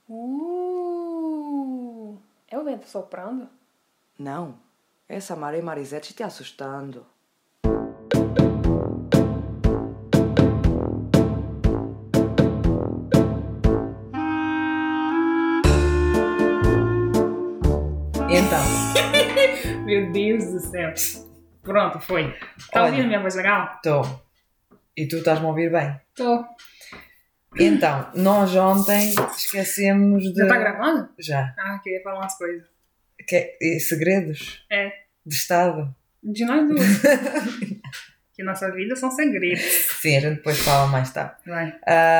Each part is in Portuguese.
É o vento soprando? Não, é Samara e Marisete te assustando. Então. Meu Deus do céu. Pronto, foi. Tá ouvindo minha voz legal? Tô. E tu estás-me a ouvir bem? Tô. Então, nós ontem esquecemos de... Já tá gravando? Já. Ah, queria falar umas coisas. Segredos? É. De Estado? De nós duas. Que nossa vida são segredos. Sim, a gente depois fala mais tarde. Vai.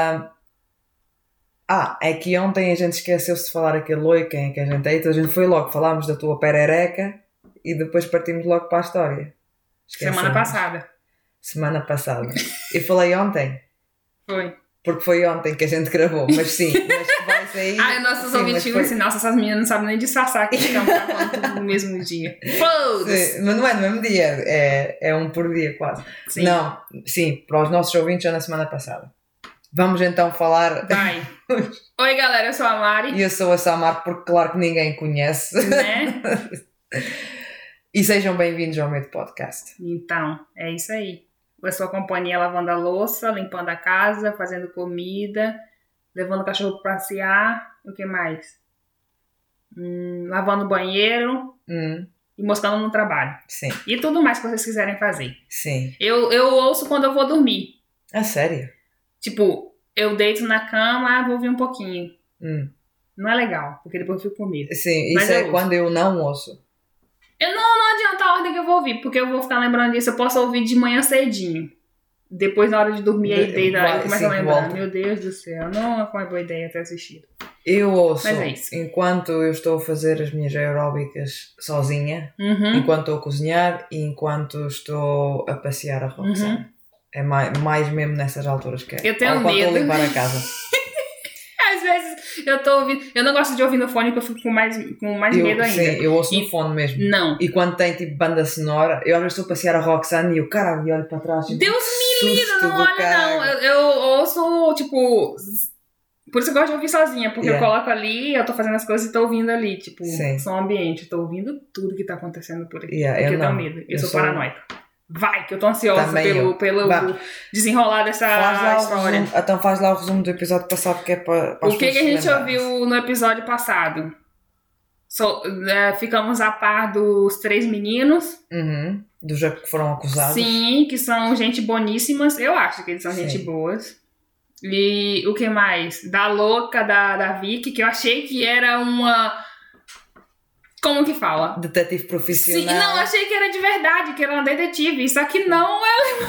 É que ontem a gente esqueceu-se de falar aquele oi, quem é que a gente é, então a gente foi logo, falámos da tua perereca e depois partimos logo para a história. Semana passada. Semana passada. Eu falei ontem. Foi. Porque foi ontem que a gente gravou, mas sim, mas que vai sair... Nossos ouvintes ficam assim, nossa, essas meninas não sabem nem disfarçar que estão gravando tudo no mesmo dia. Foda-se! Mas não é no mesmo dia, é um por dia quase. Sim. Não, sim, para os nossos ouvintes é na semana passada. Vamos então falar... Vai. Oi galera, eu sou a Mari. E eu sou a Samar, porque claro que ninguém conhece. Né? E sejam bem-vindos ao meu podcast. Então, é isso aí. A sua companhia lavando a louça, limpando a casa, fazendo comida, levando o cachorro para passear, o que mais? Lavando o banheiro e moscando no trabalho. Sim. E tudo mais que vocês quiserem fazer. Sim. Eu ouço quando eu vou dormir. A sério? Tipo, eu deito na cama, vou ouvir um pouquinho. Não é legal, porque depois eu fico com medo. Sim, mas isso é quando eu não ouço. Não adianta a ordem que eu vou ouvir, porque eu vou ficar lembrando disso. Eu posso ouvir de manhã cedinho. Depois, na hora de dormir, aí deita, aí eu começo a lembrar. Volta. Meu Deus do céu, não foi uma boa ideia ter assistido. Eu ouço Mas é isso. enquanto eu estou a fazer as minhas aeróbicas sozinha, enquanto estou a cozinhar e enquanto estou a passear a Roxana. É mais mesmo nessas alturas que é. Eu tenho ou quando medo. estou a limpar a casa. Às vezes eu tô ouvindo. Eu não gosto de ouvir no fone porque eu fico com mais medo ainda. Sim, eu ouço no fone mesmo. Não. E quando tem tipo banda sonora, eu às vezes estou a passear a Roxane e eu, caralho, olho para trás. Deus me livre, não olha não. Eu ouço, tipo. Por isso eu gosto de ouvir sozinha, porque eu coloco ali, eu tô fazendo as coisas e tô ouvindo ali, tipo, som ambiente. Eu tô ouvindo tudo que tá acontecendo por aqui. Porque eu tenho medo. Eu sou paranoica. Vai, que eu tô ansiosa pelo desenrolar dessa história. Então faz lá o resumo do episódio passado, que é para o que a gente ouviu no episódio passado? Ficamos a par dos 3 meninos. Dos que foram acusados. Sim, que são gente boníssimas. Eu acho que eles são gente boas. E o que mais? Da louca da Vicky, que eu achei que era uma... Como que fala? Detetive profissional. Sim, não, achei que era de verdade, que era uma detetive. Só que não,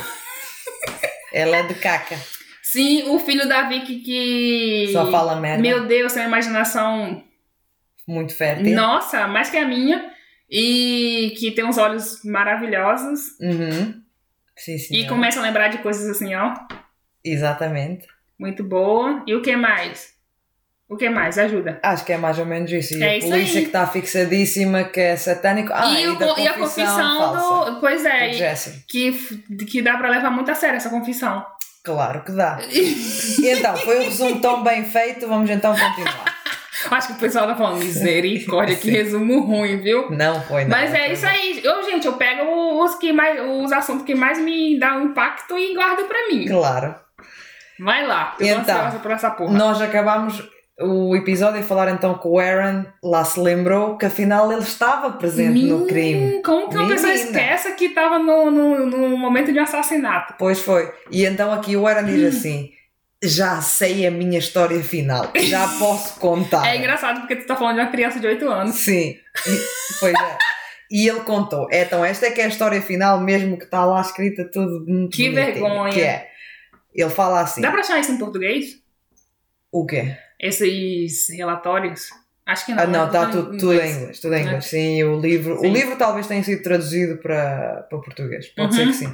ela é de caca. Sim, o filho da Vicky que... Só fala merda. Meu Deus, tem uma imaginação... muito fértil. Nossa, mais que a minha. E que tem uns olhos maravilhosos. Sim, e começa a lembrar de coisas assim, ó. Exatamente. Muito boa. E o que mais? O que mais? Ajuda. Acho que é mais ou menos isso. E é a polícia que está fixadíssima, que é satânico. E a confissão falsa, do... Pois é. do Jesse. Que dá pra levar muito a sério essa confissão. Claro que dá. Então, foi um resumo tão bem feito. Vamos então continuar. Acho que o pessoal tá falando misericórdia, que resumo ruim, viu? Não foi nada. Mas é isso aí. Gente, eu pego os assuntos que mais me dão impacto e guardo pra mim. Claro. Vai lá, eu tô ansiosa por essa porra. Nós acabamos o episódio a falar então que o Aaron lá se lembrou que afinal ele estava presente no crime. Como que uma pessoa esquece que estava no momento de um assassinato? Pois foi. E então aqui o Aaron diz assim... Já sei a minha história final. Já posso contar. É engraçado porque tu tá falando de uma criança de 8 anos. Sim. Pois é. E ele contou. Então, esta é que é a história final, mesmo que está lá escrita tudo muito que bonitinho. Vergonha. Que é. Ele fala assim. Dá pra achar isso em português? O quê? Esses relatórios? Acho que não. Não, está tudo em inglês. Tudo em inglês. Sim, o livro. Sim. O livro talvez tenha sido traduzido para português. Pode ser que sim.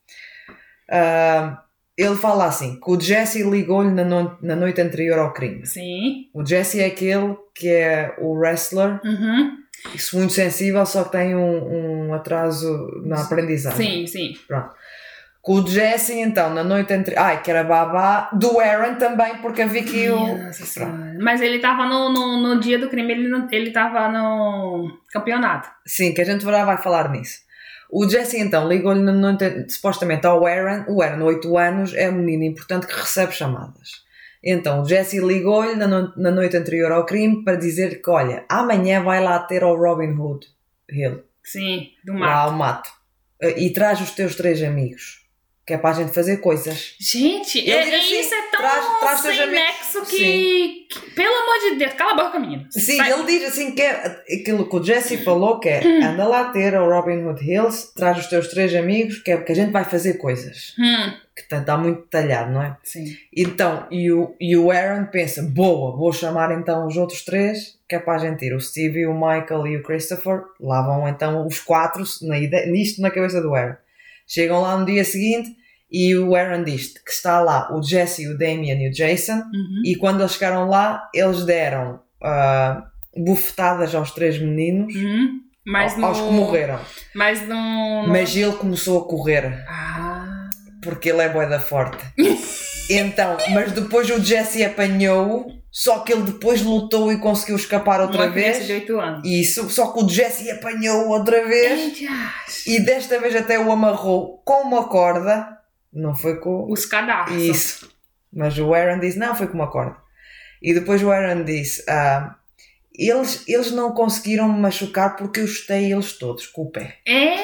Ele fala assim, que o Jesse ligou-lhe na noite anterior ao crime. Sim. O Jesse é aquele que é o wrestler, isso muito sensível, só que tem um atraso na aprendizagem. Sim. Pronto. Com o Jesse, então, na noite entre... que era babá. Do Aaron também, porque a Vicky... Mas ele tava no dia do crime, ele tava no campeonato. Sim, que a gente vai falar nisso. O Jesse, então, ligou-lhe na noite, supostamente ao Aaron. O Aaron, 8 anos, é um menino importante que recebe chamadas. Então, o Jesse ligou-lhe na noite anterior ao crime para dizer que, olha, amanhã vai lá ter ao Robin Hood Hill. Sim, do mato. Lá ao mato. E traz os teus 3 amigos. Que é para a gente fazer coisas. Gente, assim, isso é traz sem nexo que... Pelo amor de Deus, cala a boca, menino. Sim, ele diz assim que é aquilo que o Jesse falou, que é anda lá ter ao Robin Hood Hills, traz os teus 3 amigos, que é porque a gente vai fazer coisas. Que está muito detalhado, não é? Sim. Então, e o Aaron pensa, boa, vou chamar então os outros 3, que é para a gente ir. O Stevie, o Michael e o Christopher. Lá vão então os 4, nisto na cabeça do Aaron. Chegam lá no dia seguinte e o Aaron diz que está lá o Jesse, o Damien e o Jason. E quando eles chegaram lá, eles deram bufetadas aos 3 meninos, aos que morreram. Mas ele começou a correr. Porque ele é bué da forte. Então, mas depois o Jesse apanhou-o, só que ele depois lutou e conseguiu escapar outra vez. Uma criança de 8 anos. Isso, só que o Jesse apanhou-o outra vez. E desta vez até o amarrou com uma corda. Não foi com... Os cadarços. Isso. Mas o Aaron disse, não, foi com uma corda. E depois o Aaron disse, eles não conseguiram me machucar porque eu chutei eles todos com o pé.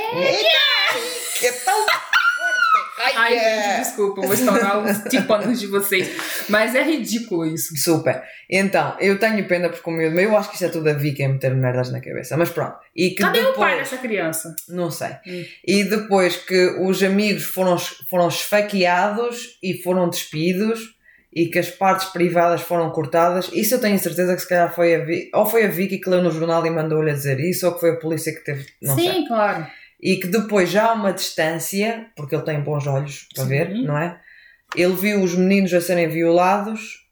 É tão... Ai, gente, desculpa, vou estourar os tímpanos de vocês. Mas é ridículo isso. Super. Então, eu tenho pena porque o meu... Eu acho que isso é tudo a Vicky a meter merdas na cabeça. Mas pronto. E que cadê o pai dessa criança? Não sei. E depois que os amigos foram esfaqueados e foram despidos e que as partes privadas foram cortadas, isso eu tenho certeza que se calhar foi a Vicky que leu no jornal e mandou-lhe a dizer isso, ou que foi a polícia que teve... Não sei. Sim, claro. E que depois já há uma distância, porque ele tem bons olhos para ver, não é? Ele viu os meninos a serem violados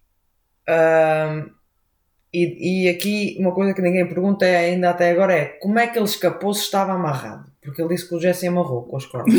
e aqui uma coisa que ninguém pergunta ainda até agora é como é que ele escapou se estava amarrado? Porque ele disse que o Jesse amarrou com as cordas.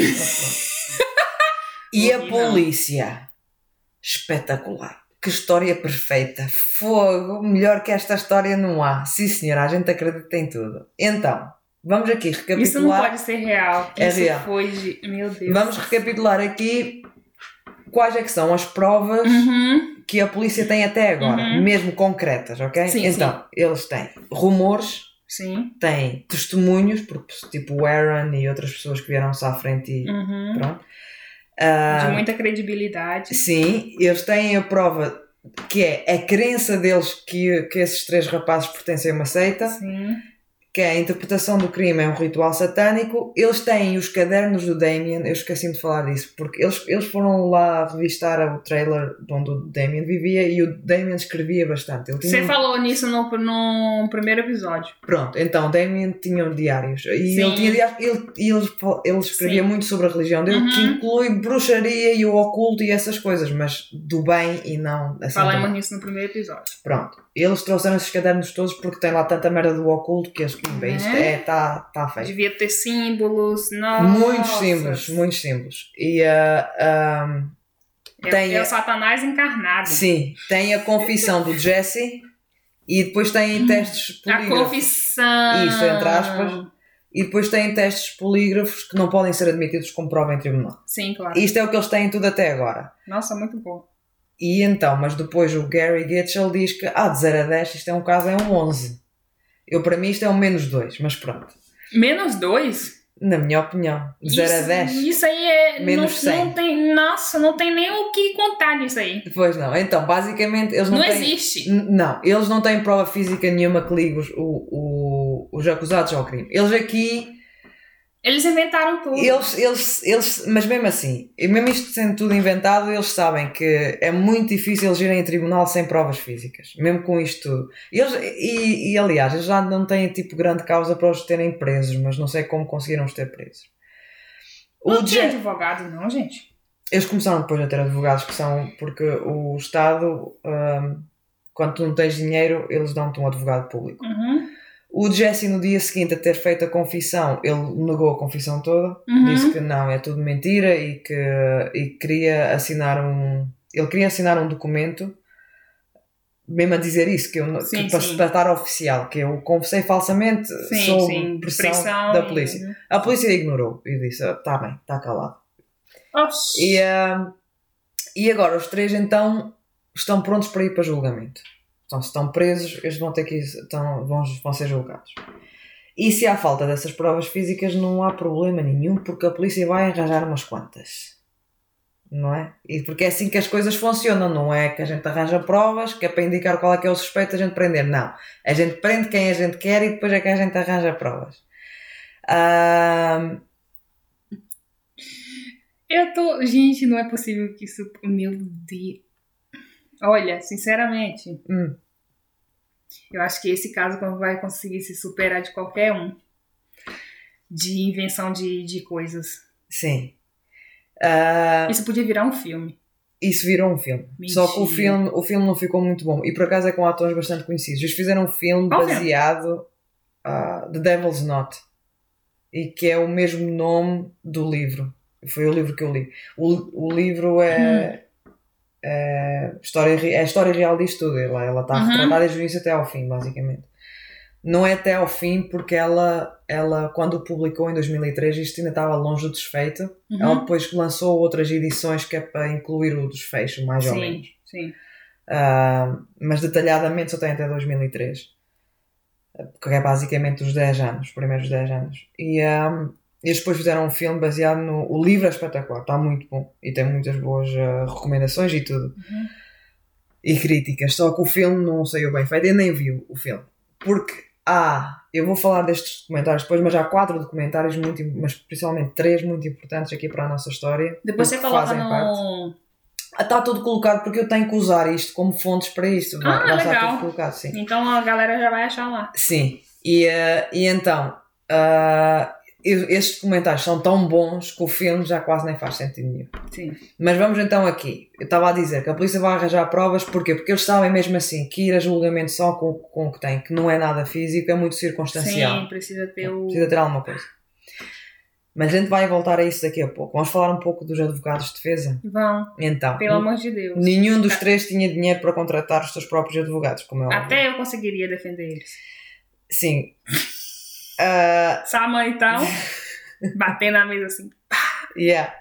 E a polícia, espetacular. Que história perfeita. Fogo, melhor que esta história não há. Sim senhora, a gente acredita em tudo. Então... Vamos aqui recapitular. Isso não pode ser real. É isso real. Foi de... Meu Deus. Vamos recapitular aqui quais é que são as provas que a polícia tem até agora, mesmo concretas, ok? Sim, então, eles têm rumores, têm testemunhos, porque tipo o Aaron e outras pessoas que vieram-se à frente e pronto. De muita credibilidade. Sim, eles têm a prova que é a crença deles que esses 3 rapazes pertencem a uma seita. Sim. Que a interpretação do crime é um ritual satânico. Eles têm os cadernos do Damien, eu esqueci-me de falar disso, porque eles foram lá revistar o trailer de onde o Damien vivia e o Damien escrevia bastante. Você falou nisso no primeiro episódio. Pronto, então o Damien tinha diários e ele tinha diários, ele escrevia muito sobre a religião dele, que inclui bruxaria e o oculto e essas coisas, mas do bem e não assim. Falamos nisso no primeiro episódio. Pronto, eles trouxeram esses cadernos todos porque tem lá tanta merda do oculto que eles isto está feio. Devia ter símbolos, muitos símbolos. E tem o Satanás encarnado. Sim, tem a confissão do Jesse e depois tem testes polígrafos. A confissão. Isto, entre aspas. E depois tem testes polígrafos que não podem ser admitidos como prova em tribunal. Sim, claro. Isto é o que eles têm tudo até agora. Nossa, muito bom. E então, mas depois o Gary Gitchell diz que de 0 a 10 isto é um caso, é um 11. Para mim isto é um -2, mas pronto. -2? Na minha opinião. De 0 a 10. Isso aí é... -100. Não tem nem o que contar nisso aí. Pois não. Então, basicamente, eles não têm... Não existe. Não. Eles não têm prova física nenhuma que ligue os acusados ao crime. Eles aqui... Eles inventaram tudo. Mas mesmo assim, mesmo isto sendo tudo inventado, eles sabem que é muito difícil eles irem em tribunal sem provas físicas. Mesmo com isto tudo. Aliás, eles já não têm tipo grande causa para os terem presos, mas não sei como conseguiram os ter presos. Não tinha advogado não, gente? Eles começaram depois a ter advogados que são... Porque o Estado, quando tu não tens dinheiro, eles dão-te um advogado público. O Jesse, no dia seguinte a ter feito a confissão, ele negou a confissão toda, disse que não, é tudo mentira e que queria assinar ele queria assinar um documento, mesmo a dizer isso, para estar oficial, que eu confessei falsamente sob pressão da polícia. A polícia ignorou e disse, está bem, está calado. E agora os 3 então estão prontos para ir para julgamento. Então, se estão presos, eles vão ter que vão ser julgados. E se há falta dessas provas físicas, não há problema nenhum, porque a polícia vai arranjar umas quantas. Não é? E porque é assim que as coisas funcionam, não é que a gente arranja provas, que é para indicar qual é que é o suspeito, a gente prender. Não. A gente prende quem a gente quer e depois é que a gente arranja provas. Gente, não é possível que isso... Meu Deus... Olha, sinceramente, eu acho que esse caso vai conseguir se superar de qualquer um. De invenção de coisas. Sim. Isso podia virar um filme. Isso virou um filme. Mentira. Só que o filme não ficou muito bom. E por acaso é com atores bastante conhecidos. Eles fizeram um filme baseado The Devil's Knot. E que é o mesmo nome do livro. Foi o livro que eu li. O livro é... É a história real disto tudo. Ela está retratada desde o início até ao fim, basicamente. Não é até ao fim porque ela quando o publicou em 2003, isto ainda estava longe do desfeito. Ela depois lançou outras edições que é para incluir o desfecho, mais ou menos. Sim. Mas detalhadamente só tem até 2003. Porque é basicamente os 10 anos, os primeiros 10 anos. E eles depois fizeram um filme baseado no... O livro é espetacular, está muito bom. E tem muitas boas recomendações e tudo. E críticas. Só que o filme não saiu bem feito. Eu nem vi o filme. Porque eu vou falar destes documentários depois, mas há 4 documentários, mas principalmente 3 muito importantes aqui para a nossa história. Depois você coloca no... Está tudo colocado porque eu tenho que usar isto como fontes para isto. Vai estar tudo colocado, sim. Então a galera já vai achar lá. Sim. E então... estes documentários são tão bons que o filme já quase nem faz sentido nenhum. Sim. Mas vamos então aqui. Eu estava a dizer que a polícia vai arranjar provas. Porquê? Porque eles sabem mesmo assim que ir a julgamento só com o que tem, que não é nada físico, é muito circunstancial. Sim, precisa ter alguma coisa. Mas a gente vai voltar a isso daqui a pouco. Vamos falar um pouco dos advogados de defesa? Vão. Então, pelo amor de Deus. Nenhum dos 3 tinha dinheiro para contratar os seus próprios advogados, como é óbvio. Até eu conseguiria defender eles. Sim. Sama então, bater na mesa assim. Yeah.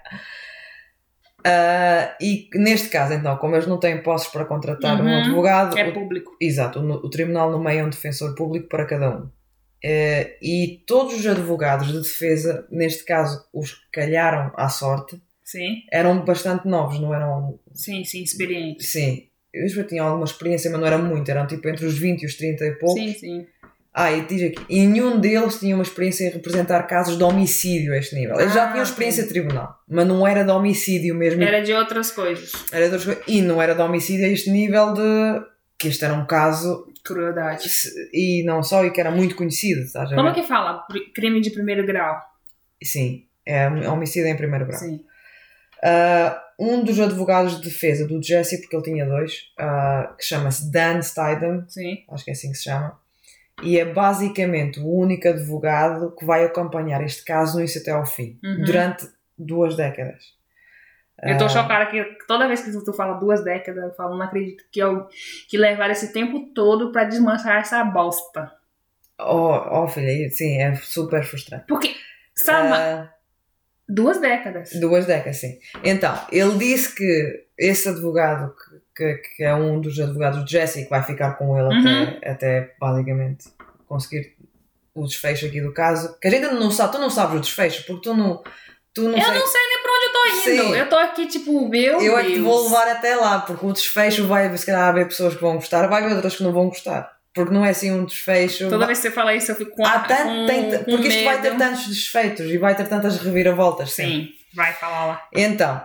E neste caso, então, como eles não têm posses para contratar um advogado... É público. Exato. O tribunal nomeia um defensor público para cada um. E todos os advogados de defesa, neste caso, os que calharam à sorte, sim, eram bastante novos, não eram... Sim, experientes. Sim. Eu já tinha alguma experiência, mas não era muito. Eram tipo entre os 20 e os 30 e poucos. Sim. E diz aqui, e nenhum deles tinha uma experiência em representar casos de homicídio a este nível. Eles já tinham experiência de tribunal, mas não era de homicídio mesmo. Era de outras coisas. E não era de homicídio a este nível de... Que este era um caso... Crueldade. E não só, e que era muito conhecido. Estás a ver? Como é que fala? Crime de primeiro grau. Sim, é homicídio em primeiro grau. Sim. Um dos advogados de defesa do Jesse, porque ele tinha 2, que chama-se Dan Stidham. Sim. Acho que é assim que se chama. E é basicamente o único advogado que vai acompanhar este caso no início até ao fim, durante 2 décadas. Eu estou chocada que toda vez que tu fala 2 décadas, eu falo, não acredito que levaram esse tempo todo para desmanchar essa bosta. Filha, sim, é super frustrante. Porque, sabe, 2 décadas. 2 décadas, sim. Então, ele disse que esse advogado, que é um dos advogados do Jesse, que vai ficar com ele até basicamente conseguir o desfecho aqui do caso, que a gente não sabe, tu não sabes o desfecho, porque tu não eu não sei nem para onde eu tô indo. Sim. Eu tô aqui tipo, meu Deus. Eu é que te vou levar até lá, porque o desfecho vai, se calhar, haver pessoas que vão gostar, vai haver outras que não vão gostar. Porque não é assim um desfecho... Toda vez que você fala isso eu fico com porque isto vai ter tantos desfeitos e vai ter tantas reviravoltas. Sim, vai falar lá. Então,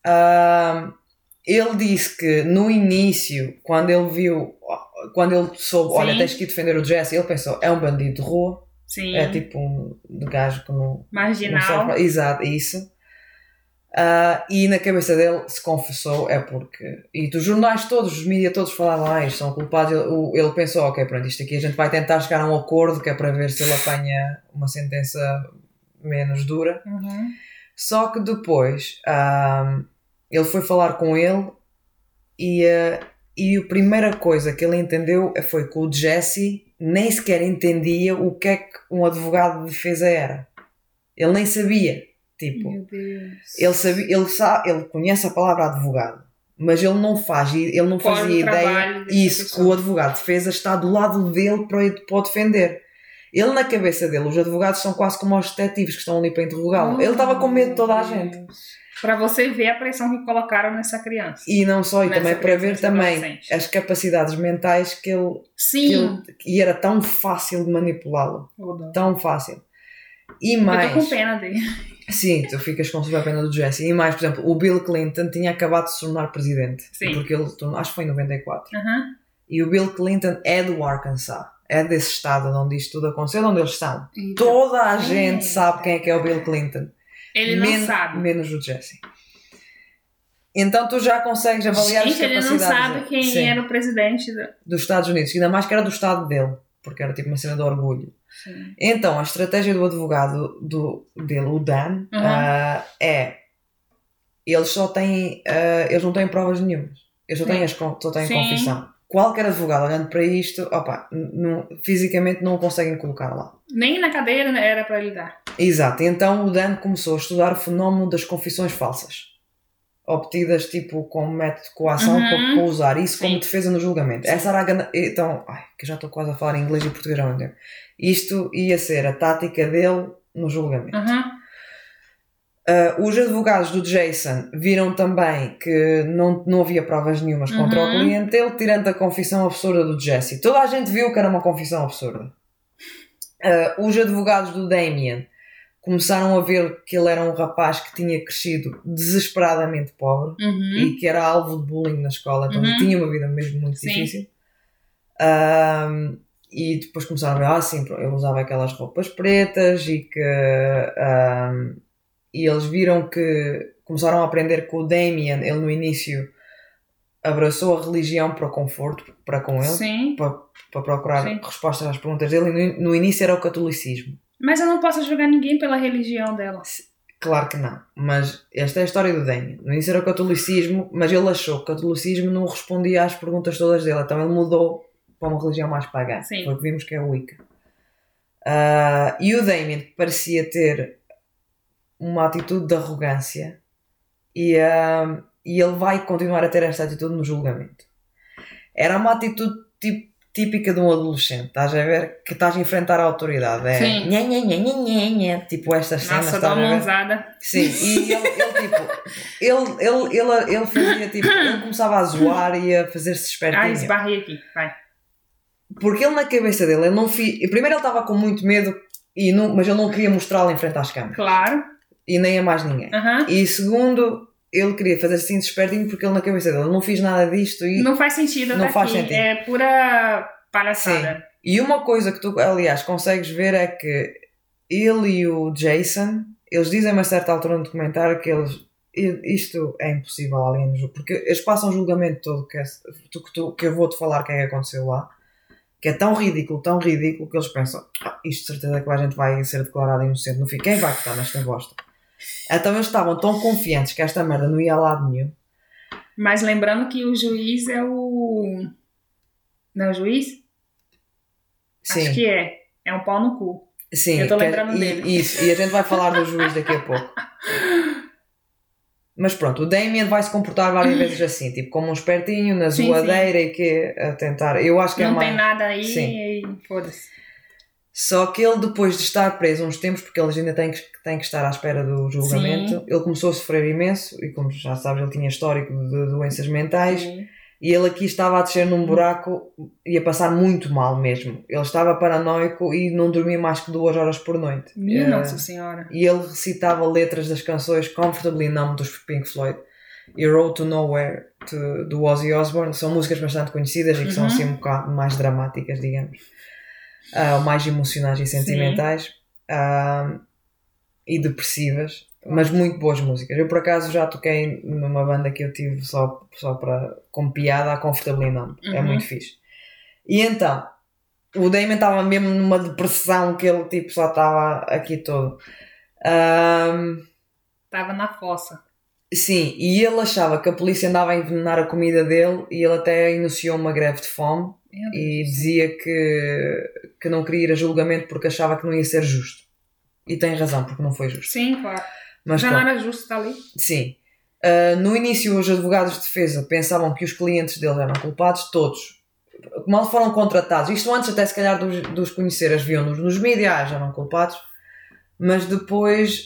ele disse que no início, quando ele soube, olha, tens que ir defender o Jesse, ele pensou, é um bandido de rua. Sim. É tipo um de gajo que não... Marginal. Não exato, isso. E na cabeça dele se confessou, é porque... E dos jornais todos, os mídias todos falavam, isto são culpados. Ele pensou, ok, pronto, isto aqui a gente vai tentar chegar a um acordo, que é para ver se ele apanha uma sentença menos dura. Só que depois ele foi falar com ele e a primeira coisa que ele entendeu foi que o Jesse nem sequer entendia o que é que um advogado de defesa era. Ele nem sabia. Tipo, meu Deus. Ele conhece a palavra advogado, mas ele não fazia ideia isso, que o advogado de defesa está do lado dele para o defender. Ele, na cabeça dele, os advogados são quase como os detetives que estão ali para interrogá-lo. Ele estava com medo de toda a gente. Para você ver a pressão que colocaram nessa criança. E não só, e também para ver também as capacidades mentais que ele... Sim. E era tão fácil de manipulá-lo. Tão fácil. E mais... Eu tô com pena dele. Sim, tu ficas com super pena do Jesse. E mais, por exemplo, o Bill Clinton tinha acabado de se tornar presidente. Sim. Porque ele, acho que foi em 94. E o Bill Clinton é do Arkansas. É desse estado onde isto tudo aconteceu, onde eles estão. Toda a gente sabe quem é que é o Bill Clinton. Ele não sabe. Menos o Jesse. Então tu já consegues avaliar as capacidades. Ele não sabe quem era o presidente dos Estados Unidos. Ainda mais que era do estado dele. Porque era tipo uma cena de orgulho. Sim. Então a estratégia do advogado dele, o Dan, é... Eles só têm... eles não têm provas nenhumas. Eles só têm confissão. Qualquer advogado olhando para isto, fisicamente não o conseguem colocar lá. Nem na cadeira era para ele dar. Exato. Então o Dan começou a estudar o fenómeno das confissões falsas. Obtidas tipo como método de coação para usar isso como defesa no julgamento. Sim. Essa era a... Então, que eu já estou quase a falar em inglês e português ao mesmo tempo. Isto ia ser a tática dele no julgamento. Os advogados do Jason viram também que não havia provas nenhumas contra o cliente dele, tirando a confissão absurda do Jesse. Toda a gente viu que era uma confissão absurda. Os advogados do Damien começaram a ver que ele era um rapaz que tinha crescido desesperadamente pobre e que era alvo de bullying na escola, então tinha uma vida mesmo muito difícil. E depois começaram a ver, sim, ele usava aquelas roupas pretas e que... E eles viram que começaram a aprender com o Damien. Ele no início abraçou a religião para o conforto, para com ele, para procurar respostas às perguntas dele. E no início era o catolicismo. Mas eu não posso julgar ninguém pela religião dela. Claro que não, mas esta é a história do Damien. No início era o catolicismo, mas ele achou que o catolicismo não respondia às perguntas todas dele, então ele mudou para uma religião mais pagã. Foi o que vimos que é o Wicca. E o Damien parecia ter uma atitude de arrogância e ele vai continuar a ter esta atitude no julgamento. Era uma atitude típica de um adolescente, estás a ver? Que estás a enfrentar a autoridade. É tipo estas cenas. Nossa, dá uma mãozada. Sim, e ele fazia tipo, ele começava a zoar e a fazer-se espertinho. Esbarrei aqui, vai. Porque ele na cabeça dele, ele não primeiro ele estava com muito medo, mas ele não queria mostrá-lo em frente às câmaras. Claro. E nem a mais ninguém. E segundo, ele queria fazer assim despertinho porque ele na cabeça dele não fiz nada disto e não faz sentido não faz sentido. É pura palhaçada. Sim. E uma coisa que tu, aliás, consegues ver é que ele e o Jason, eles dizem a uma certa altura no documentário que isto é impossível alguém no julgamento, porque eles passam o julgamento todo que eu vou-te falar que é que aconteceu lá, que é tão ridículo que eles pensam, isto de certeza que a gente vai ser declarado inocente no fim, quem vai estar nesta bosta? Então eles estavam tão confiantes que esta merda não ia a lado nenhum. Mas lembrando que o juiz é o... Não é o juiz? Sim. Acho que é. É um pau no cu. Sim. Eu tô lembrando dele. Isso, e a gente vai falar do juiz daqui a pouco. Mas pronto, o Damien vai se comportar várias vezes assim, tipo como um espertinho, na zoadeira e que a tentar... Eu acho que não é mais... tem nada aí e foda-se. Só que ele, depois de estar preso uns tempos, porque eles ainda têm que estar à espera do julgamento, ele começou a sofrer imenso, e como já sabes, ele tinha histórico de doenças mentais, e ele aqui estava a descer num buraco e a passar muito mal mesmo. Ele estava paranoico e não dormia mais que 2 horas por noite. Nossa Senhora! E ele recitava letras das canções Comfortably Numb dos Pink Floyd e Road to Nowhere do Ozzy Osbourne. São músicas bastante conhecidas e que são assim um bocado mais dramáticas, digamos. Mais emocionais e sentimentais e depressivas, Mas muito boas músicas. Eu, por acaso, já toquei numa banda que eu tive só como piada, a Comfortably Numb. É muito fixe. E então, o Damon estava mesmo numa depressão que ele tipo só estava aqui todo. Estava na fossa. Sim, e ele achava que a polícia andava a envenenar a comida dele e ele até iniciou uma greve de fome e dizia que não queria ir a julgamento porque achava que não ia ser justo. E tem razão, porque não foi justo. Sim, claro. Mas, já não era justo estar ali? Sim. No início, os advogados de defesa pensavam que os clientes dele eram culpados, todos. Mal foram contratados. Isto antes até se calhar dos conhecer, as viam nos mídias, já eram culpados. Mas depois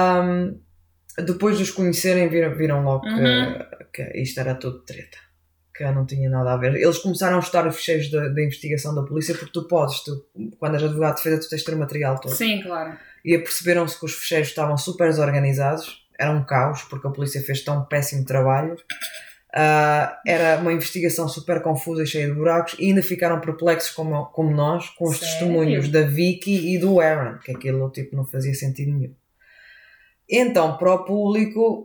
dos conhecerem, viram logo que isto era tudo treta. Que não tinha nada a ver. Eles começaram a estudar os ficheiros da investigação da polícia porque quando és advogado de defesa, tu tens de ter o material todo. Sim, claro. E aperceberam-se que os ficheiros estavam super desorganizados, era um caos porque a polícia fez tão péssimo trabalho, era uma investigação super confusa e cheia de buracos e ainda ficaram perplexos como nós com os testemunhos da Vicky e do Aaron, que aquilo tipo não fazia sentido nenhum. Então, para o público,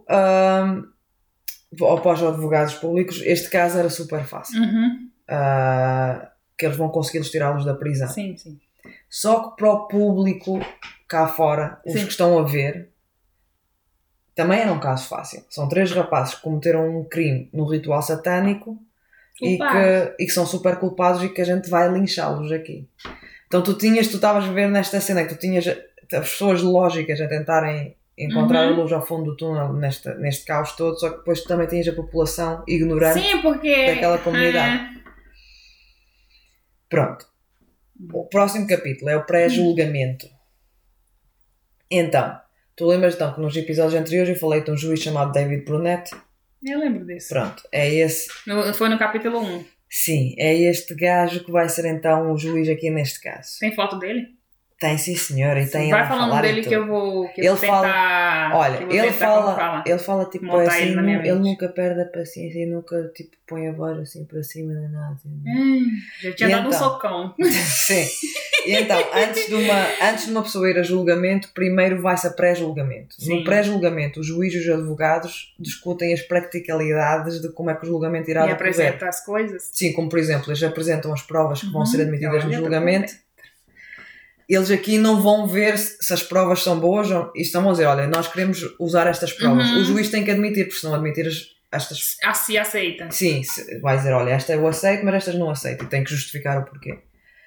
ou para os advogados públicos, este caso era super fácil, que eles vão conseguir tirá-los da prisão. Sim, sim. Só que para o público cá fora, os que estão a ver, também era um caso fácil. São 3 rapazes que cometeram um crime no ritual satânico e que são super culpados e que a gente vai linchá-los aqui. Então tu estavas a ver nesta cena que tu tinhas as pessoas lógicas a tentarem encontrar a luz ao fundo do túnel neste caos todo, só que depois tu também tinhas a população ignorante daquela comunidade. Pronto. O próximo capítulo é o pré-julgamento. Então, tu lembras então que nos episódios anteriores eu falei de um juiz chamado David Brunette? Eu lembro desse. Pronto, é esse. Foi no capítulo 1. Sim, é este gajo que vai ser então o juiz aqui neste caso. Tem foto dele? Tem, sim senhora, e tem vai falando dele que eu vou tentar. Olha, ele fala tipo assim, ele nunca perde a paciência e nunca tipo põe a voz assim para cima de nada. Já tinha dado um socão. Sim. E então, antes de uma pessoa ir a julgamento, primeiro vai-se a pré-julgamento. No pré-julgamento, os juízes e os advogados discutem as practicalidades de como é que o julgamento irá decorrer. E apresenta as coisas? Sim, como por exemplo, eles apresentam as provas que vão ser admitidas no julgamento. Eles aqui não vão ver se as provas são boas e estão a dizer, olha, nós queremos usar estas provas. O juiz tem que admitir, porque se não admitir estas... Se aceita. Sim, vai dizer, olha, esta eu aceito, mas estas não aceito. E tem que justificar o porquê.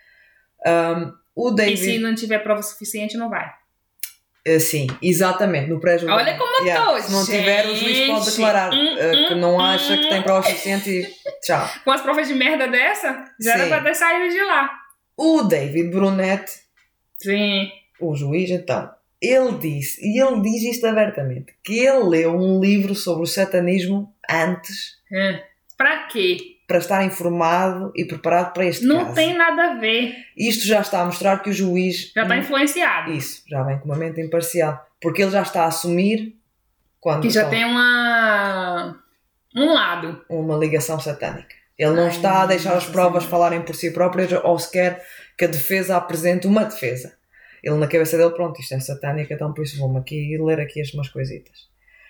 O David... E se não tiver prova suficiente, não vai. Sim, exatamente. No pré-julgamento. Olha como estou, se não tiver, o juiz pode declarar que não acha que tem prova suficiente e tchau. Com as provas de merda dessa, já era para ter saído de lá. O David Brunette... Sim. O juiz, então, ele diz isto abertamente, que ele leu um livro sobre o satanismo antes. Para quê? Para estar informado e preparado para este caso. Não tem nada a ver. Isto já está a mostrar que o juiz... Já está influenciado. Isso, já vem com uma mente imparcial. Porque ele já está a assumir... que já tem um lado. Uma ligação satânica. Ele não está a deixar as provas falarem por si próprias ou sequer que a defesa apresente uma defesa. Ele na cabeça dele, pronto, isto é satânico, então por isso vou-me aqui ler aqui as umas coisitas.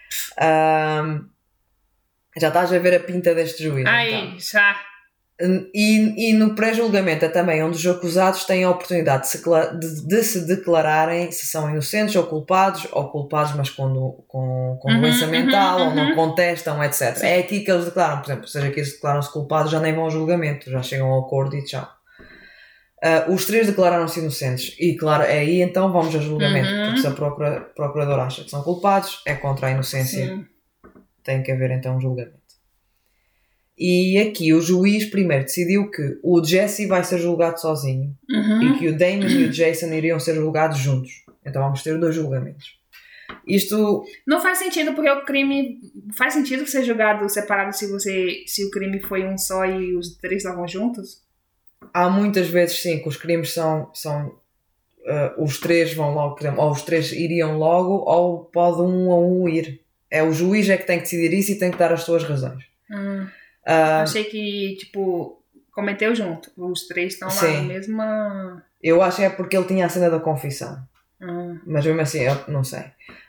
Já estás a ver a pinta deste juiz. Então. Já. E no pré-julgamento é também onde os acusados têm a oportunidade de se declararem se são inocentes ou culpados mas com doença mental ou não contestam, etc. Sim. É aqui que eles declaram, por exemplo, seja que eles declaram-se culpados, já nem vão ao julgamento, já chegam ao acordo e tchau. Os 3 declararam-se inocentes e claro, é aí então vamos ao julgamento, porque se a procuradora acha que são culpados, é contra a inocência. Sim. Tem que haver então um julgamento. E aqui o juiz primeiro decidiu que o Jesse vai ser julgado sozinho e que o Damon e o Jason iriam ser julgados juntos. Então vamos ter 2 julgamentos. Isto... Não faz sentido, porque o crime... Faz sentido ser julgado separado se o crime foi um só e os 3 estavam juntos? Há muitas vezes sim que os crimes são os 3 vão logo, por exemplo, ou os 3 iriam logo ou pode um a um ir. O juiz é que tem que decidir isso e tem que dar as suas razões. Achei que, tipo, cometeu junto. Os 3 estão lá na mesma... Eu acho que é porque ele tinha a cena da confissão. Mas mesmo assim, eu não sei.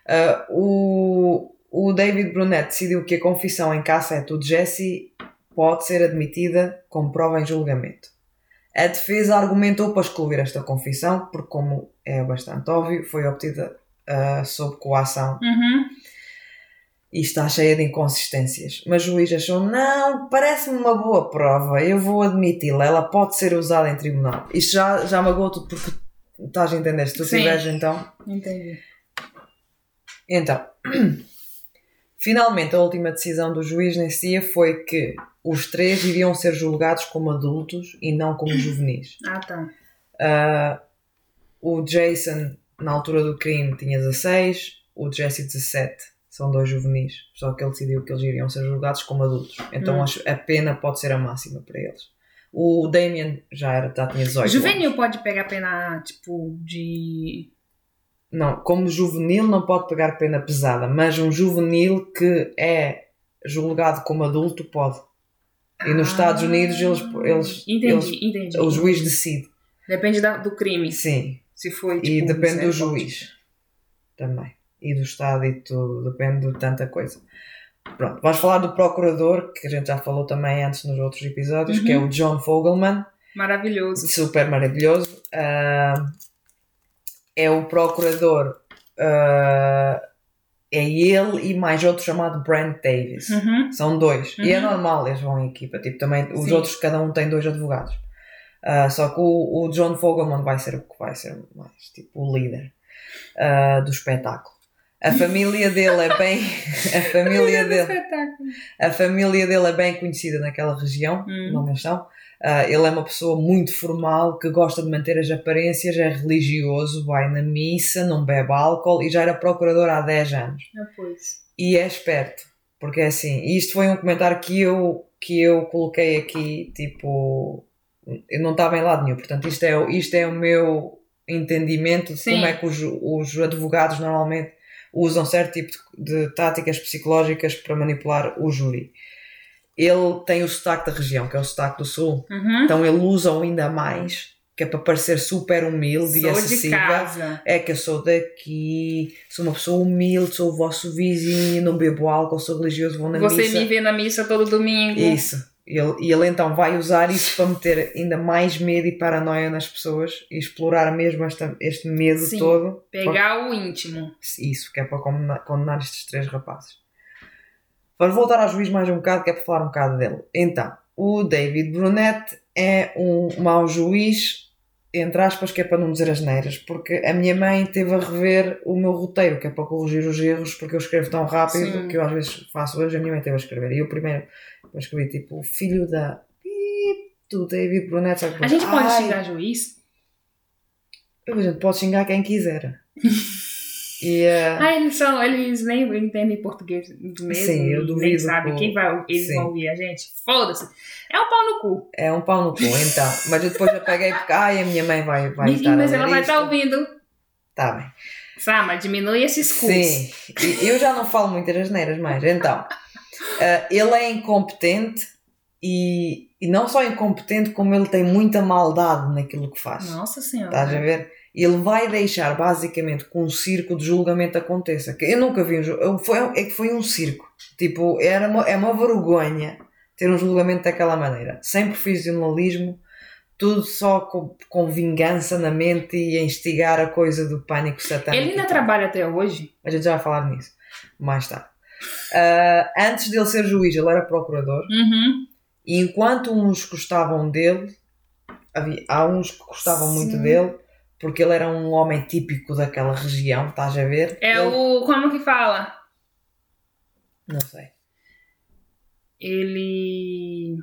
O David Brunet decidiu que a confissão em cassete do Jesse pode ser admitida como prova em julgamento. A defesa argumentou para excluir esta confissão, porque, como é bastante óbvio, foi obtida sob coação. E está cheia de inconsistências. Mas o juiz achou, não, parece-me uma boa prova, eu vou admiti-la, ela pode ser usada em tribunal. Isto já magoou tudo, porque estás a entender, se tu tiveres então... Entendi. Então, finalmente a última decisão do juiz nesse dia foi que os 3 iriam ser julgados como adultos e não como juvenis. Tá. O Jason, na altura do crime, tinha 16, o Jesse 17. São 2 juvenis, só que ele decidiu que eles iriam ser julgados como adultos. Então a pena pode ser a máxima para eles. O Damien já tinha 18 Juvenil anos. pode pegar pena, tipo, de... Não, como juvenil não pode pegar pena pesada, mas um juvenil que é julgado como adulto pode. E nos Estados Unidos Entendi. O juiz decide. Depende do crime. Sim. Se foi, tipo, e depende do juiz também. E do Estado e tudo, depende de tanta coisa. Pronto, vamos falar do procurador, que a gente já falou também antes nos outros episódios, que é o John Fogelman. Maravilhoso. Super maravilhoso. É o procurador, é ele e mais outro chamado Brent Davis. São 2. E é normal, eles vão em equipa. Tipo, também, os outros, cada um tem 2 advogados. Só que o John Fogelman vai ser mais tipo o líder do espetáculo. A família dele é bem... A família dele é bem conhecida naquela região, onde eles são. Ele é uma pessoa muito formal, que gosta de manter as aparências, é religioso, vai na missa, não bebe álcool e já era procurador há 10 anos. Pois. E é esperto, porque é assim, isto foi um comentário que eu coloquei aqui, tipo... Eu não estava em lado nenhum, portanto isto é o meu entendimento de como é que os advogados normalmente usam certo tipo de táticas psicológicas para manipular o júri. Ele tem o sotaque da região, que é o sotaque do sul, então ele usa ainda mais, que é para parecer super humilde e acessível. É que eu sou daqui, sou uma pessoa humilde, sou o vosso vizinho, não bebo álcool, sou religioso, vou na missa. Você me vê na missa todo domingo. Isso. Ele então vai usar isso para meter ainda mais medo e paranoia nas pessoas e explorar mesmo este medo todo. Pegar o íntimo. Isso, que é para condenar estes 3 rapazes. Vamos voltar ao juiz mais um bocado, que é para falar um bocado dele. Então, o David Brunet é um mau juiz, entre aspas, que é para não dizer asneiras, porque a minha mãe teve a rever o meu roteiro, que é para corrigir os erros, porque eu escrevo tão rápido que eu às vezes faço hoje, a minha mãe teve a escrever. E eu primeiro eu escrevi tipo o filho do David Brunet. A gente pode xingar juiz? A gente pode xingar quem quiser. E, eles nem entendem português mesmo. Sim, eu duvido. Nem sabem quem eles vão ouvir a gente. Foda-se. É um pau no cu. É um pau no cu, então. Mas eu depois já peguei porque a minha mãe vai estar mas ela vai estar ouvindo. Tá bem. Sama, diminui esses cus. Sim, eu já não falo muitas asneiras mais. Então, ele é incompetente e não só incompetente, como ele tem muita maldade naquilo que faz. Nossa Senhora. Estás a ver? Ele vai deixar basicamente que um circo de julgamento aconteça. Eu nunca vi um julgamento. Foi um circo. Tipo, é uma vergonha ter um julgamento daquela maneira. Sem profissionalismo, tudo só com vingança na mente e a instigar a coisa do pânico satânico. Ele ainda trabalha até hoje? A gente já vai falar nisso mais tarde. Antes dele ser juiz, ele era procurador. E enquanto uns gostavam dele, há uns que gostavam muito dele, porque ele era um homem típico daquela região, estás a ver? Como que fala? Não sei. Ele...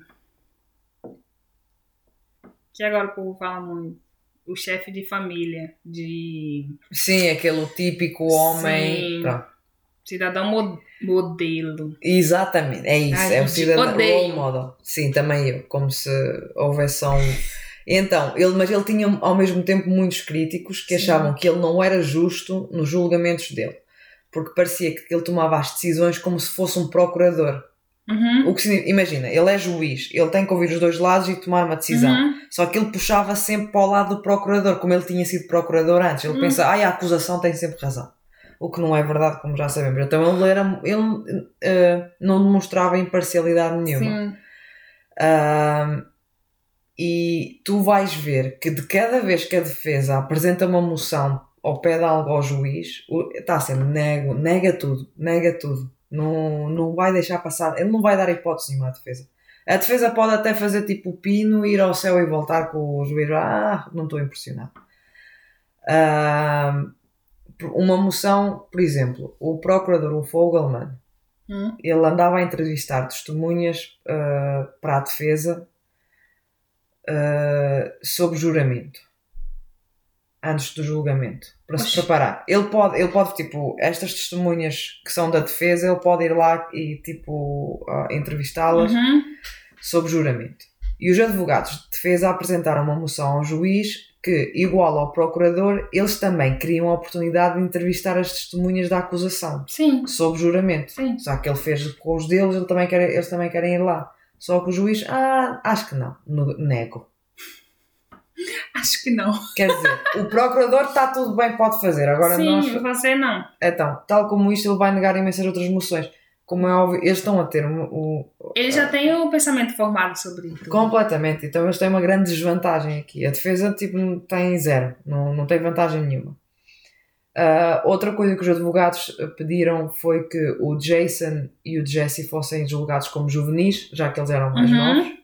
Que agora o povo fala muito. O chefe de família. Sim, aquele típico homem... Sim. Pronto. Cidadão modelo. Exatamente, é isso. É o cidadão role model. Sim, também eu. Como se houvesse Então, mas ele tinha ao mesmo tempo muitos críticos que achavam que ele não era justo nos julgamentos dele, porque parecia que ele tomava as decisões como se fosse um procurador. O que imagina, ele é juiz, ele tem que ouvir os dois lados e tomar uma decisão. Só que ele puxava sempre para o lado do procurador, como ele tinha sido procurador antes. Ele pensa, a acusação tem sempre razão. O que não é verdade, como já sabemos. Então ele não demonstrava imparcialidade nenhuma. E tu vais ver que de cada vez que a defesa apresenta uma moção ou pede algo ao juiz, está sempre nega tudo. Não vai deixar passar, ele não vai dar hipótese nenhuma à defesa. A defesa pode até fazer tipo o pino, ir ao céu e voltar com o juiz, não estou impressionado. Uma moção, por exemplo, o procurador, o Fogelman, ele andava a entrevistar testemunhas para a defesa sob juramento. Antes do julgamento, para se preparar. Ele pode, tipo, estas testemunhas que são da defesa, ele pode ir lá e, tipo, entrevistá-las sob juramento. E os advogados de defesa apresentaram uma moção ao juiz que, igual ao procurador, eles também queriam a oportunidade de entrevistar as testemunhas da acusação. Sim. Sob juramento. Sim. Só que ele fez com os deles, eles também querem ir lá. Só que o juiz, acho que não, nego. Acho que não. Quer dizer, o procurador está tudo bem, pode fazer. Agora sim, você não. Então, tal como isto, ele vai negar imensas outras moções. Como é óbvio, eles estão a ter Eles já têm o pensamento formado sobre isso. Completamente. Então eles têm uma grande desvantagem aqui. A defesa tipo, tem zero. Não tem vantagem nenhuma. Outra coisa que os advogados pediram foi que o Jason e o Jesse fossem julgados como juvenis, já que eles eram mais novos.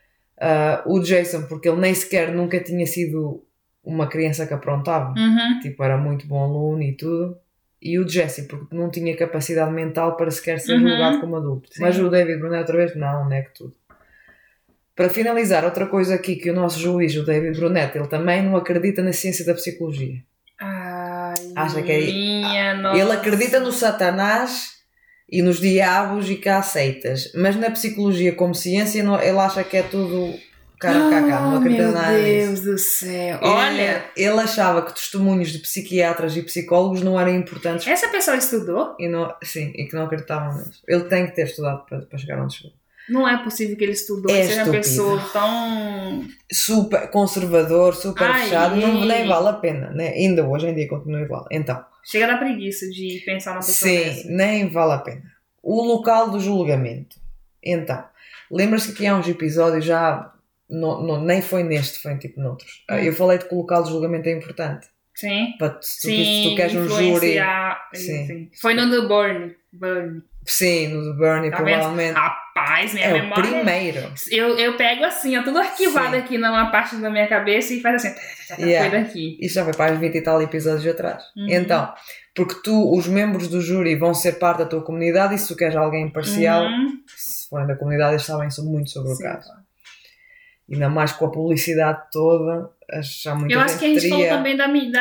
O Jason, porque ele nem sequer nunca tinha sido uma criança que aprontava. Tipo, era muito bom aluno e tudo. E o Jesse, porque não tinha capacidade mental para sequer ser julgado como adulto. Sim. Mas o David Brunet, outra vez, não nego tudo. Para finalizar, outra coisa aqui que o nosso juiz, o David Brunet, ele também não acredita na ciência da psicologia. Acha que ele acredita no Satanás e nos diabos e que há seitas. Mas na psicologia como ciência, ele acha que é tudo... não acredita nada nisso. Meu Deus do céu. Olha, ele achava que testemunhos de psiquiatras e psicólogos não eram importantes. Essa pessoa estudou? E que não acreditavam nisso. Ele tem que ter estudado para chegar onde chegou. Não é possível que ele estudou e seja uma pessoa tão... super conservador, super fechado. Nem vale a pena, né? Ainda hoje em dia continua igual. Então... Chega da preguiça de pensar na pessoa dessa. Sim, nem vale a pena. O local do julgamento. Então, lembras-te que aqui há uns episódios já... nem foi neste, foi tipo noutros. Eu falei de que o local de julgamento é importante. Sim. Se tu queres um júri. Sim. Foi no do Bernie. Sim, no do Bernie, tá provavelmente. Rapaz, minha memória. O primeiro. Eu pego assim, tudo arquivado aqui numa parte da minha cabeça e faz assim. Foi daqui. Isso já foi para os 20 e tal episódios atrás. Então, porque os membros do júri vão ser parte da tua comunidade e se tu queres alguém imparcial, se forem da comunidade, eles sabem muito sobre o caso. Claro. Ainda mais com a publicidade toda, já muita gente. Eu acho que a gente falou também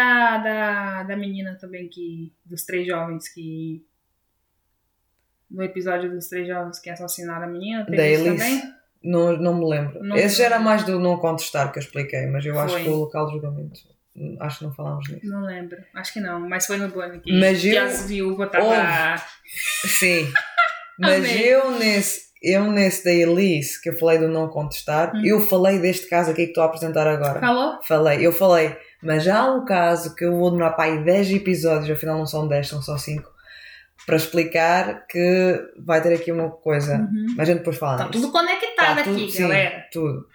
da menina também, dos 3 jovens que... No episódio dos 3 jovens que assassinaram a menina, teve isso também? Não me lembro. Esse já era mais do não contestar que eu expliquei, mas eu acho que o local de julgamento, acho que não falámos nisso. Não lembro, acho que não, mas foi no Bunny que as viúvas estavam... Sim, mas eu nesse da Elise, que eu falei do não contestar, eu falei deste caso aqui que estou a apresentar agora. Falou? Eu falei, mas já há um caso que eu vou demorar para aí 10 episódios, afinal não são 10, são só 5, para explicar que vai ter aqui uma coisa, mas a gente depois fala nisso. Está tudo conectado aqui, galera. Sim, tudo.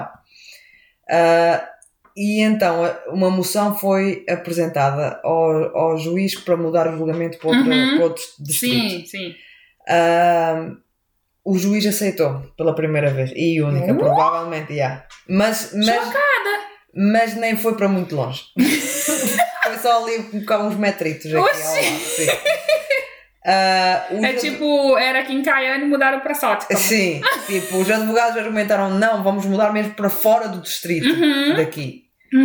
Então, uma moção foi apresentada ao juiz para mudar o julgamento para outro distrito. Sim. O juiz aceitou pela primeira vez e única, provavelmente, mas chocada! Mas nem foi para muito longe. Foi só ali uns metritos aqui ao lado. Sim. Era aqui em Caiane e mudaram para Sótica. Sim, os advogados argumentaram, não, vamos mudar mesmo para fora do distrito daqui.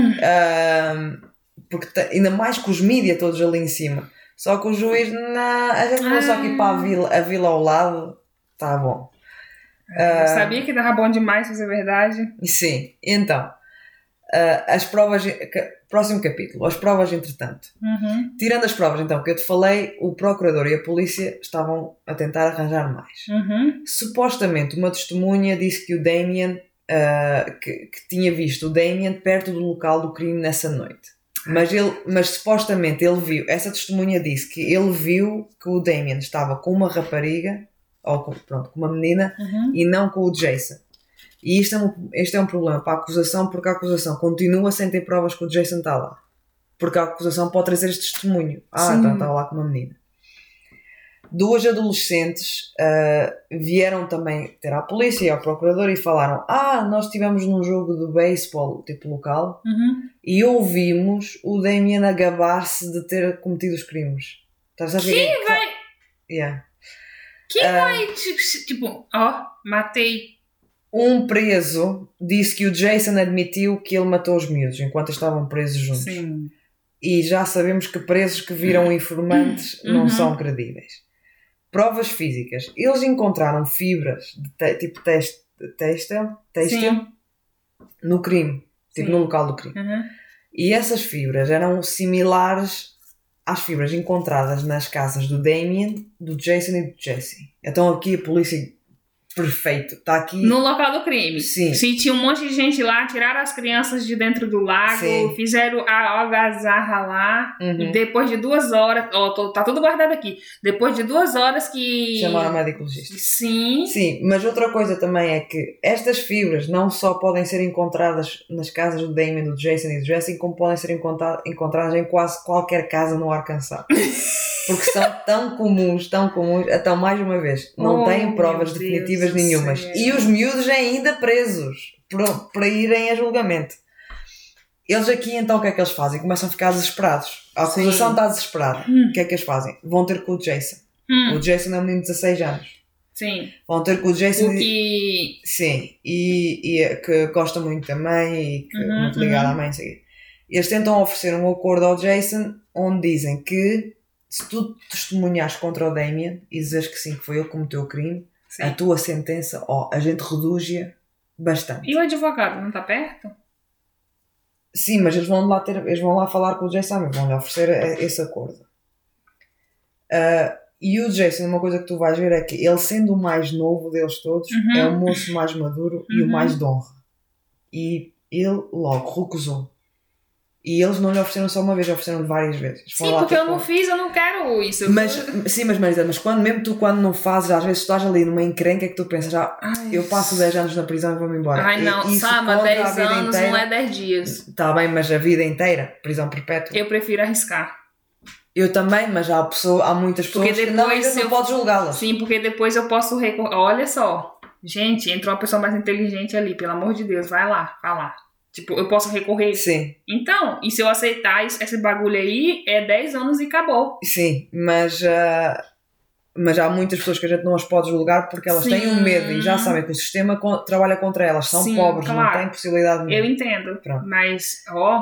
Porque ainda mais com os mídias todos ali em cima. Só que o juiz, a gente não só aqui para a vila ao lado, tá bom. Eu sabia que dava bom demais, se é verdade. Sim, então. as provas, próximo capítulo, as provas entretanto. Tirando as provas então que eu te falei, o procurador e a polícia estavam a tentar arranjar mais. Supostamente uma testemunha disse que o Damien, que tinha visto o Damien perto do local do crime nessa noite. Mas supostamente ele viu, essa testemunha disse que ele viu que o Damien estava com uma rapariga, ou com uma menina, e não com o Jason. E este é um problema para a acusação, porque a acusação continua sem ter provas que o Jason está lá. Porque a acusação pode trazer este testemunho. Então está lá com uma menina. 2 adolescentes vieram também ter à polícia e ao procurador e falaram: nós estivemos num jogo de beisebol, tipo local, e ouvimos o Damien a gabar-se de ter cometido os crimes. Quem vai... Yeah. Quem vai, tipo, matei... Um preso disse que o Jason admitiu que ele matou os miúdos enquanto estavam presos juntos. Sim. E já sabemos que presos que viram informantes não são credíveis. Provas físicas. Eles encontraram fibras de tipo têxtil no crime. Tipo no local do crime. E essas fibras eram similares às fibras encontradas nas casas do Damien, do Jason e do Jesse. Então aqui a polícia... Perfeito, está aqui... No local do crime. Sim. Se tinha um monte de gente lá, tiraram as crianças de dentro do lago, fizeram a algazarra lá, e depois de 2 horas... tá tudo guardado aqui. Depois de 2 horas que... Chamaram médico legista. Sim. Sim, mas outra coisa também é que estas fibras não só podem ser encontradas nas casas do Damien, do Jason e do Jesse, como podem ser encontradas em quase qualquer casa no Arkansas. Porque são tão comuns, então mais uma vez, não têm provas definitivas nenhumas. E os miúdos ainda presos para irem a julgamento. Eles aqui então o que é que eles fazem? Começam a ficar desesperados. A acusação está desesperada. O que é que eles fazem? Vão ter com o Jason. O Jason é um menino de 16 anos. Sim. Vão ter com o Jason. Porque... Sim. E que gosta muito da mãe e que é muito ligado à mãe. Eles tentam oferecer um acordo ao Jason onde dizem que se tu testemunhares contra o Damien e dizes que sim, que foi ele que cometeu o crime, a tua sentença, a gente reduz-a bastante. E o advogado não está perto? Sim, mas eles vão lá falar com o Jason e vão-lhe oferecer esse acordo. E o Jason, uma coisa que tu vais ver é que ele, sendo o mais novo deles todos, é o moço mais maduro e o mais de honra. E ele logo recusou. E eles não lhe ofereceram só uma vez, ofereceram várias vezes. Sim, porque eu não fiz, eu não quero isso. Sim, mas Marisa, quando não fazes, às vezes estás ali numa encrenca que tu pensas, eu passo 10 anos na prisão e vou-me embora. Ai não, Sama, 10 anos inteira, não é 10 dias. Está bem, mas a vida inteira, prisão perpétua. Eu prefiro arriscar. Eu também, mas há muitas pessoas que não podes julgá-las. Sim, porque depois eu posso recorrer. Olha só, gente, entrou uma pessoa mais inteligente ali, pelo amor de Deus, vai lá. Tipo, eu posso recorrer? Sim. Então, e se eu aceitar esse bagulho aí, é 10 anos e acabou. Sim, mas há muitas pessoas que a gente não as pode julgar porque elas têm um medo e já sabem que o sistema trabalha contra elas. São pobres, claro. Não têm possibilidade nenhuma. Eu entendo. Pronto. Mas,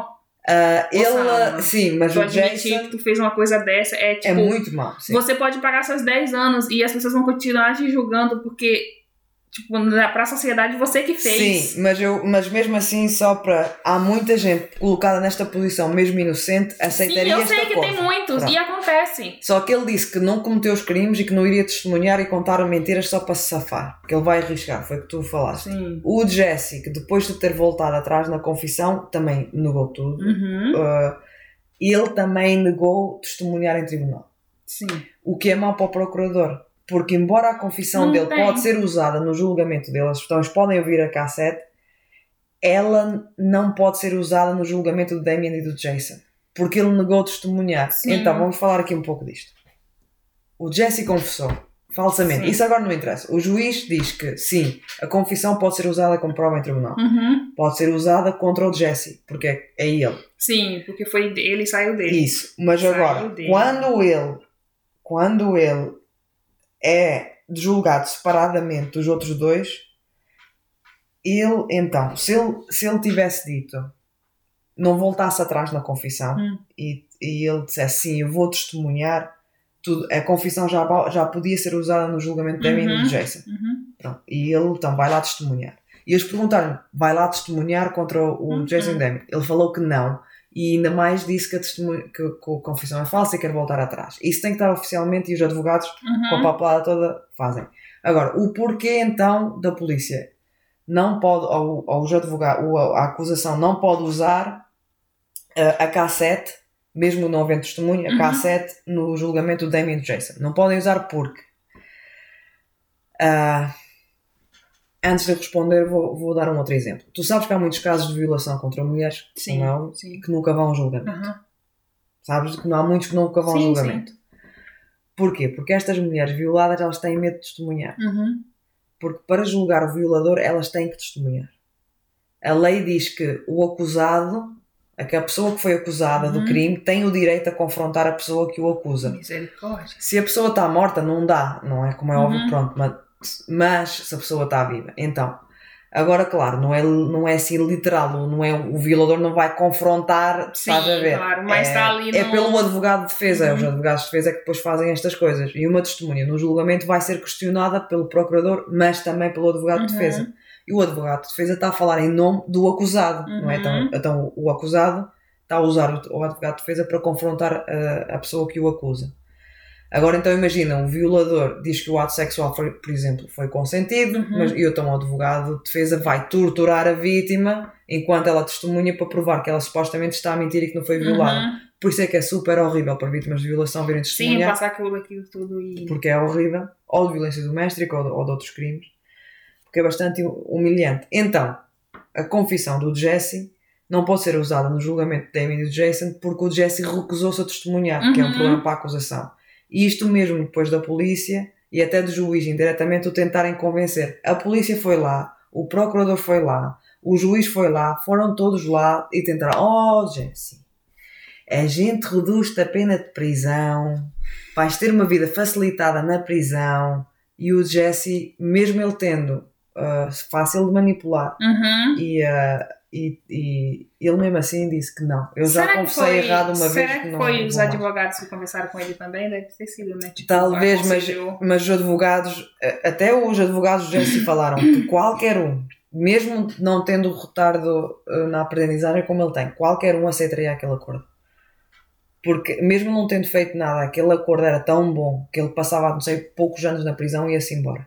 sim, mas o Jason... que tu fez uma coisa dessa é tipo... É muito mal, sim. Você pode pagar seus 10 anos e as pessoas vão continuar te julgando porque... Tipo, pra sociedade você que fez. Sim, mas mesmo assim há muita gente colocada nesta posição, mesmo inocente, aceitaria esta coisa. Sim, eu sei que tem muitos. Pronto. E acontece. Só que ele disse que não cometeu os crimes e que não iria testemunhar e contar mentiras só para se safar. Que ele vai arriscar, foi o que tu falaste. Sim. O Jesse, que depois de ter voltado atrás na confissão, também negou tudo. Ele também negou testemunhar em tribunal. Sim. O que é mau para o procurador. Porque embora a confissão dele pode ser usada no julgamento deles, então eles podem ouvir a cassete, ela não pode ser usada no julgamento do Damien e do Jason. Porque ele negou testemunhar. Sim. Então vamos falar aqui um pouco disto. O Jesse confessou falsamente. Sim. Isso agora não interessa. O juiz diz que sim, a confissão pode ser usada como prova em tribunal. Pode ser usada contra o Jesse, porque é ele. Sim, porque foi ele e saiu dele. Isso. Mas agora, quando ele é julgado separadamente dos outros dois, ele, então, se ele tivesse dito, não voltasse atrás na confissão e ele dissesse sim, eu vou testemunhar, a confissão já podia ser usada no julgamento de Damien e de Jason. Pronto. E ele então vai lá testemunhar. E eles perguntaram, vai lá testemunhar contra o Jason Damon? Ele falou que não. E ainda mais disse que a confissão é falsa e quer voltar atrás. Isso tem que estar oficialmente e os advogados, com a papelada toda, fazem. Agora, o porquê então da polícia não pode, ou os advogados, a acusação não pode usar a K7, mesmo não havendo testemunho, a K7 no julgamento do Damien Jason. Não podem usar porque... antes de responder, vou dar um outro exemplo. Tu sabes que há muitos casos de violação contra mulheres que nunca vão a julgamento. Sabes que há muitos que nunca vão a julgamento. Sim. Porquê? Porque estas mulheres violadas, elas têm medo de testemunhar. Porque para julgar o violador, elas têm que testemunhar. A lei diz que o acusado, a pessoa que foi acusada do crime, tem o direito a confrontar a pessoa que o acusa. Misericórdia. Se a pessoa está morta, não dá. Não é como é óbvio, pronto. Mas se a pessoa está viva. Então, agora, claro, não é assim literal. Não é, o violador não vai confrontar, estás a ver? Claro, mas está ali é pelo advogado de defesa. Os advogados de defesa é que depois fazem estas coisas. E uma testemunha no julgamento vai ser questionada pelo procurador, mas também pelo advogado de defesa. E o advogado de defesa está a falar em nome do acusado. Não é? Então o acusado está a usar o advogado de defesa para confrontar a pessoa que o acusa. Agora, então, imagina, um violador diz que o ato sexual, por exemplo, foi consentido, mas então o advogado de defesa vai torturar a vítima enquanto ela testemunha para provar que ela supostamente está a mentir e que não foi violada. Por isso é que é super horrível para vítimas de violação virem testemunhar. Sim, passar aquilo tudo e... Porque é horrível, ou de violência doméstica ou de outros crimes, porque é bastante humilhante. Então, a confissão do Jesse não pode ser usada no julgamento de Damien e do Jason porque o Jesse recusou-se a testemunhar, que é um problema para a acusação. E isto mesmo depois da polícia e até do juiz indiretamente o tentarem convencer. A polícia foi lá, o procurador foi lá, o juiz foi lá, foram todos lá e tentaram, Jesse, a gente reduz-te a pena de prisão, vais ter uma vida facilitada na prisão. E o Jesse, mesmo ele tendo fácil de manipular e ele mesmo assim disse que não. Eu já confessei errado uma vez. Será que não foi os advogados que conversaram com ele também? Deve ter sido, né? Tipo, talvez, mas os advogados, até os advogados já se falaram que qualquer um, mesmo não tendo retardo na aprendizagem como ele tem, qualquer um aceitaria aquele acordo. Porque mesmo não tendo feito nada, aquele acordo era tão bom que ele passava, não sei, poucos anos na prisão e ia-se embora.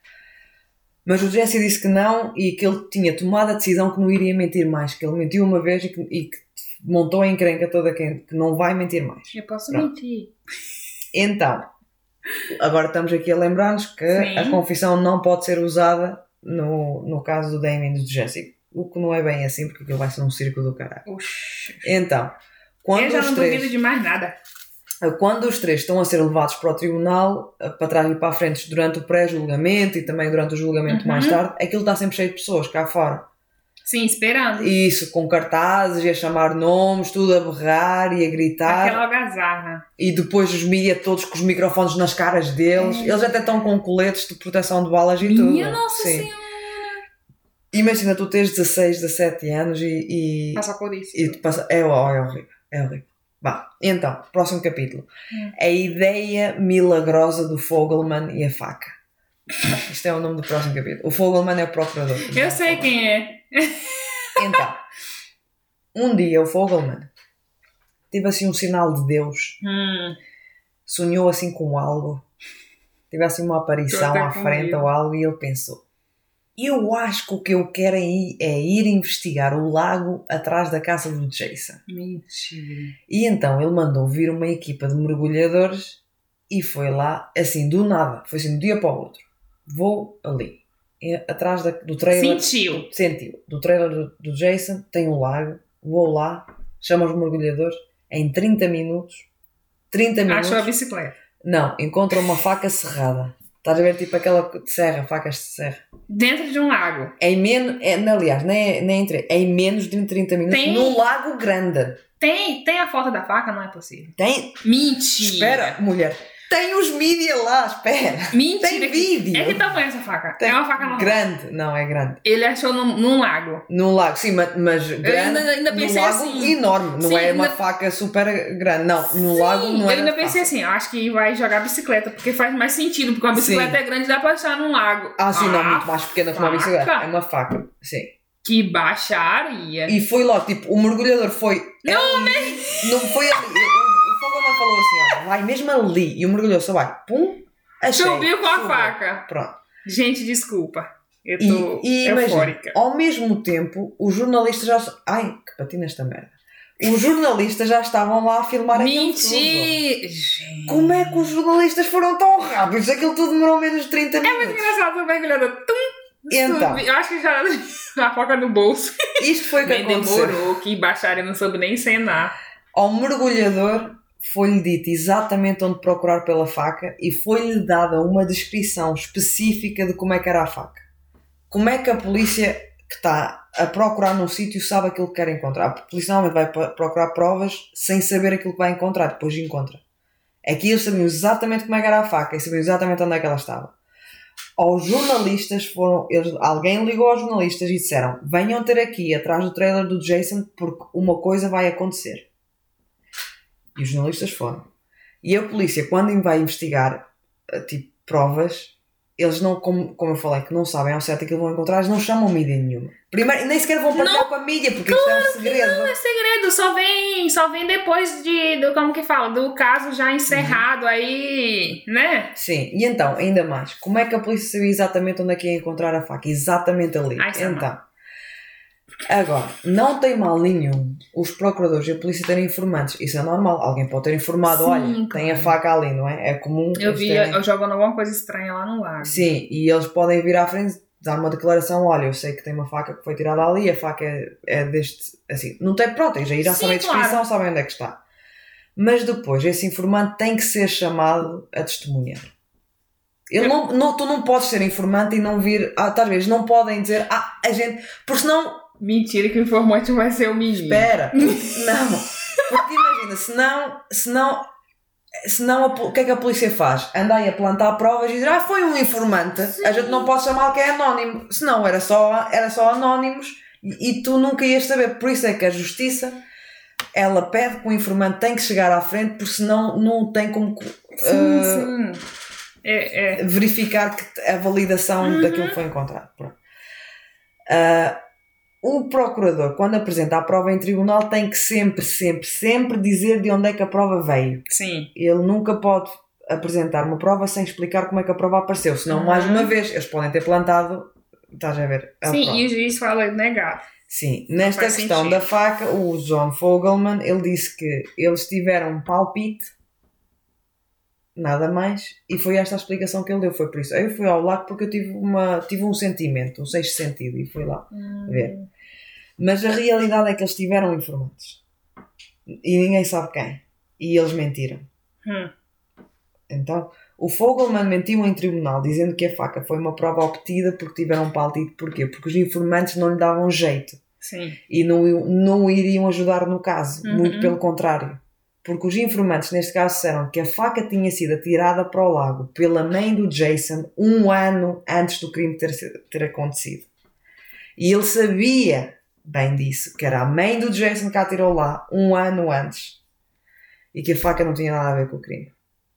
Mas o Jesse disse que não e que ele tinha tomado a decisão que não iria mentir mais, que ele mentiu uma vez e que montou a encrenca toda que não vai mentir mais. Eu posso mentir. Então, agora estamos aqui a lembrar-nos que a confissão não pode ser usada no caso do Damien e do Jesse, o que não é bem assim, porque aquilo vai ser um circo do caralho. Então, eu já não duvido de mais nada. Quando os três estão a ser levados para o tribunal, para trás e para a frente, durante o pré-julgamento e também durante o julgamento mais tarde, aquilo está sempre cheio de pessoas cá fora. Sim, esperando. Isso, com cartazes e a chamar nomes, tudo a berrar e a gritar. Aquela algazarra. E depois os mídia todos com os microfones nas caras deles. Eles até estão com coletes de proteção de balas e tudo. Minha Nossa Senhora! Imagina, tu tens 16, 17 anos e passa por isso. É horrível. É horrível. Bah, então, próximo capítulo. A ideia milagrosa do Fogelman e a faca. Isto é o nome do próximo capítulo. O Fogelman é o procurador. Eu sei quem é. Então, um dia o Fogelman teve assim um sinal de Deus. Sonhou assim com algo. Teve assim uma aparição à frente ou algo e ele pensou: eu acho que o que eu quero é ir investigar o lago atrás da casa do Jason. Mentira. E então ele mandou vir uma equipa de mergulhadores e foi lá, assim, do nada. Foi assim, de um dia para o outro. Vou ali. Atrás do trailer. Sentiu. Do trailer do Jason tem um lago. Vou lá. Chama os mergulhadores. Em 30 minutos. Achou a bicicleta? Não. Encontra uma faca serrada. Estás a ver, tipo aquela de serra, facas de serra. Dentro de um lago. Aliás, em menos de 30 minutos, num lago grande. Tem a foto da faca? Não é possível. Tem. Mentira. Espera, mulher. Tem os mídia lá, espera. Mentira. Tem vídeo. É que tamanho essa faca? É uma faca normal. Grande. Não, é grande. Ele achou num lago. Num lago, sim, mas grande. Ainda pensei num lago assim. enorme. Não é uma faca super grande. Não, no lago não é. Eu ainda pensei assim, acho que vai jogar bicicleta, porque faz mais sentido, porque uma bicicleta é grande e dá pra achar num lago. Sim, não, muito mais pequena que uma bicicleta. É uma faca, sim. Que baixaria. E foi logo, tipo, o mergulhador foi... Não foi ali. O Fogelman falou assim, olha, vai mesmo ali. E o mergulhador só vai, pum, achei. Subiu com a faca. Pronto. Gente, desculpa. Eu tô eufórica. Imagina, ao mesmo tempo, os jornalistas já... Ai, que patina esta merda. Os jornalistas já estavam lá a filmar aquilo tudo. Mentira! Como é que os jornalistas foram tão rápidos? Aquilo tudo demorou menos de 30 minutos. É muito engraçado o mergulhador. Então, eu acho que já a foca no bolso. Isto foi o que aconteceu. Demorou, que baixaram, não soube nem encenar. Ao mergulhador foi-lhe dito exatamente onde procurar pela faca e foi-lhe dada uma descrição específica de como é que era a faca. Como é que a polícia que está a procurar num sítio sabe aquilo que quer encontrar? A polícia normalmente vai procurar provas sem saber aquilo que vai encontrar, depois encontra. Aqui eles sabiam exatamente como é que era a faca e sabiam exatamente onde é que ela estava. Aos jornalistas alguém ligou aos jornalistas e disseram: venham ter aqui atrás do trailer do Jason porque uma coisa vai acontecer. E os jornalistas foram. E a polícia, quando vai investigar tipo provas, eles não, como eu falei, que não sabem ao certo aquilo que vão encontrar, eles não chamam mídia nenhuma. Primeiro, nem sequer vão partilhar com a mídia, porque isto é um segredo. Não, é segredo, só vem depois como que fala, do caso já encerrado aí, né? Sim, e então, ainda mais, como é que a polícia sabia exatamente onde é que ia encontrar a faca? Exatamente ali. Então, agora, não tem mal nenhum os procuradores e a polícia terem informantes. Isso é normal. Alguém pode ter informado, olha, tem a faca ali, não é? É comum. Eu jogando alguma coisa estranha lá no lago. Sim, e eles podem vir à frente, dar uma declaração, olha, eu sei que tem uma faca que foi tirada ali, a faca é deste, assim, não tem, pronto, já irá saber a descrição, sabem onde é que está. Mas depois, esse informante tem que ser chamado a testemunhar. Tu não podes ser informante e não vir, talvez não podem dizer, a gente, porque senão... Mentira que o informante vai ser o menino. Espera, não, porque imagina, senão o que é que a polícia faz? Anda aí a plantar provas e dizer, foi um informante. Sim. A gente não pode chamar que é anónimo. Senão era só anónimos e tu nunca ias saber. Por isso é que a justiça, ela pede que o informante tem que chegar à frente, porque senão não tem como verificar a validação daquilo que foi encontrado. O procurador, quando apresenta a prova em tribunal, tem que sempre dizer de onde é que a prova veio. Sim. Ele nunca pode apresentar uma prova sem explicar como é que a prova apareceu. Senão, mais uma vez, eles podem ter plantado... Estás a ver? Sim, prova. E o juiz fala negar. Sim. Nesta questão da faca, o John Fogelman, ele disse que eles tiveram um palpite, nada mais, e foi esta a explicação que ele deu. Foi por isso. Eu fui ao lago porque eu tive um sentimento, um sexto sentido, e fui lá ver. Mas a realidade é que eles tiveram informantes. E ninguém sabe quem. E eles mentiram. Então, o Fogelman mentiu em tribunal, dizendo que a faca foi uma prova obtida porque tiveram um palpite. Porquê? Porque os informantes não lhe davam jeito. Sim. E não iriam ajudar no caso. Muito pelo contrário. Porque os informantes, neste caso, disseram que a faca tinha sido atirada para o lago pela mãe do Jason 1 ano antes do crime ter acontecido. E ele sabia bem disso, que era a mãe do Jason que a atirou lá 1 ano antes. E que a faca não tinha nada a ver com o crime.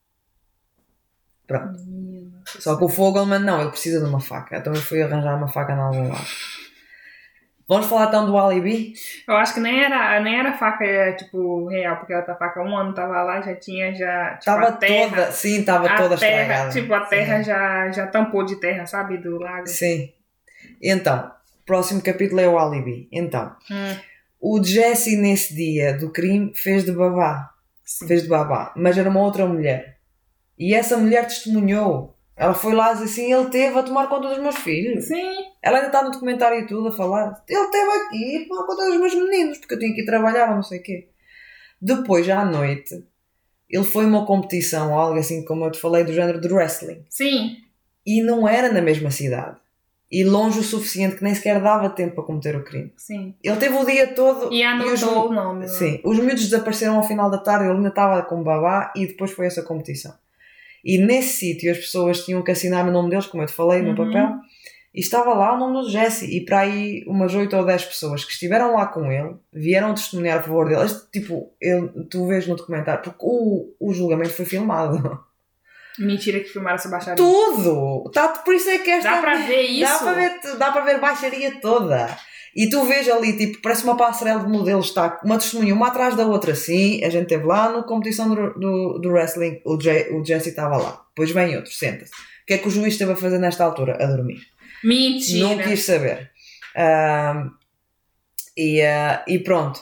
Pronto. Só que o Fogelman não, ele precisa de uma faca. Então eu fui arranjar uma faca em algum lado. Vamos falar então do alibi? Eu acho que nem era faca tipo real, porque a outra faca 1 ano estava lá, já tinha estava toda, sim, estava toda estragada. Tipo, a terra já tampou de terra, sabe, do lago. Sim. Então, o próximo capítulo é o alibi. Então, o Jesse nesse dia do crime fez de babá. Sim. Fez de babá, mas era uma outra mulher. E essa mulher testemunhou. Ela foi lá e disse assim, ele teve a tomar conta dos meus filhos. Sim. Ela ainda está no documentário e tudo a falar. Ele esteve aqui a tomar conta dos meus meninos, porque eu tinha que ir trabalhar, não sei o quê. Depois, já à noite, ele foi a uma competição, algo assim como eu te falei, do género de wrestling. Sim. E não era na mesma cidade. E longe o suficiente que nem sequer dava tempo para cometer o crime. Sim. Ele teve o dia todo... E anotou o nome. Sim. Os miúdos desapareceram ao final da tarde, ele ainda estava com babá e depois foi essa competição. E nesse sítio as pessoas tinham que assinar o nome deles, como eu te falei, no papel. E estava lá o nome do Jesse. E para aí umas 8 ou 10 pessoas que estiveram lá com ele, vieram testemunhar a favor dele. Tipo, tu vês no documentário, porque o julgamento foi filmado. Mentira que filmaram essa baixaria. Tudo! Por isso é que esta... Dá para ver isso? Dá para ver a baixaria toda. E tu vês ali, tipo, parece uma passarela de modelos, está uma testemunha uma atrás da outra, assim. A gente esteve lá na competição do wrestling, o Jesse estava lá. Depois vem outro, senta-se. O que é que o juiz esteve a fazer nesta altura? A dormir. Mentira! Não quis saber. E pronto.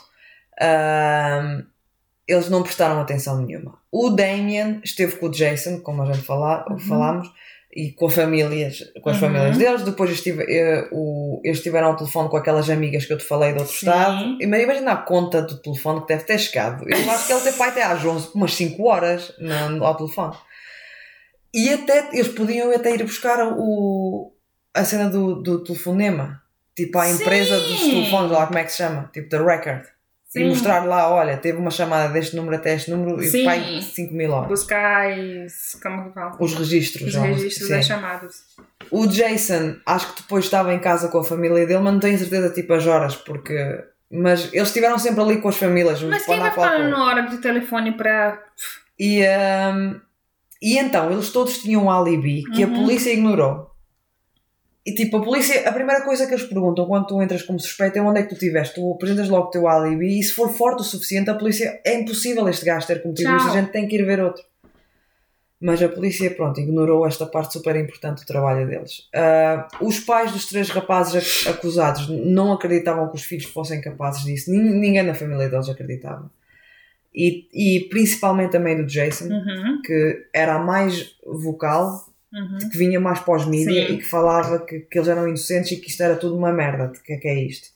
Eles não prestaram atenção nenhuma. O Damien esteve com o Jason, como a gente falámos, e com as famílias deles. Depois eles estiveram ao telefone com aquelas amigas que eu te falei do outro estado. Imagina a conta do telefone que deve ter chegado. Eu acho que ele teve até às 11, umas 5 horas ao telefone. E até eles podiam até ir buscar a cena do telefonema. Tipo, a empresa dos telefones, lá como é que se chama? Tipo, da Record. Sim. E mostrar lá, olha, teve uma chamada deste número até este número e pai 5.000 horas. Buscar como que fala? Os registros. Os registros das chamadas. O Jason, acho que depois estava em casa com a família dele, mas não tenho certeza tipo as horas, porque... Mas eles estiveram sempre ali com as famílias. Mas quem vai falar na hora de telefone para... E então, eles todos tinham um alibi que a polícia ignorou. E tipo, a polícia, a primeira coisa que eles perguntam quando tu entras como suspeito é onde é que tu estiveste. Tu apresentas logo o teu alibi e se for forte o suficiente, a polícia, é impossível este gajo ter cometido isto, a gente tem que ir ver outro. Mas a polícia, pronto, ignorou esta parte super importante do trabalho deles. Os pais dos 3 rapazes acusados não acreditavam que os filhos fossem capazes disso. Ninguém na família deles acreditava. E principalmente também do Jason, que era a mais vocal, que vinha mais para os mídia e que falava que eles eram inocentes e que isto era tudo uma merda. Que é isto?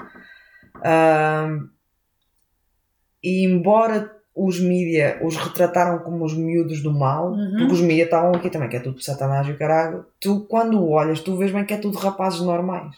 E embora os mídia os retrataram como os miúdos do mal, porque os mídia estavam aqui também, que é tudo de Satanás e o caralho, tu quando olhas, tu vês bem que é tudo rapazes normais.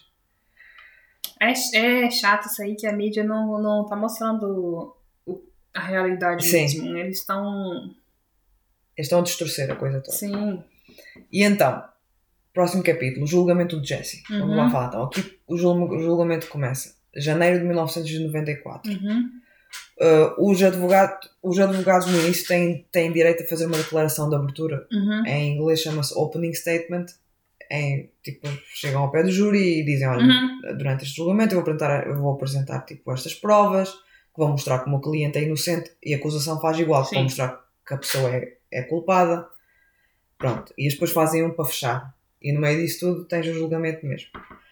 É chato isso aí, que a mídia não tá mostrando a realidade mesmo. Eles estão a distorcer a coisa toda. Sim. E então, próximo capítulo, o julgamento de Jesse. Vamos lá falar então. Aqui o julgamento começa. Janeiro de 1994. Os advogados no início têm direito a fazer uma declaração de abertura. Em inglês chama-se opening statement. Tipo, chegam ao pé do júri e dizem, olha, durante este julgamento eu vou apresentar tipo, estas provas que vão mostrar como o cliente é inocente e a acusação faz igual, que vão mostrar que a pessoa é culpada. Pronto. E depois fazem um para fechar. E no meio disso tudo tens o julgamento mesmo.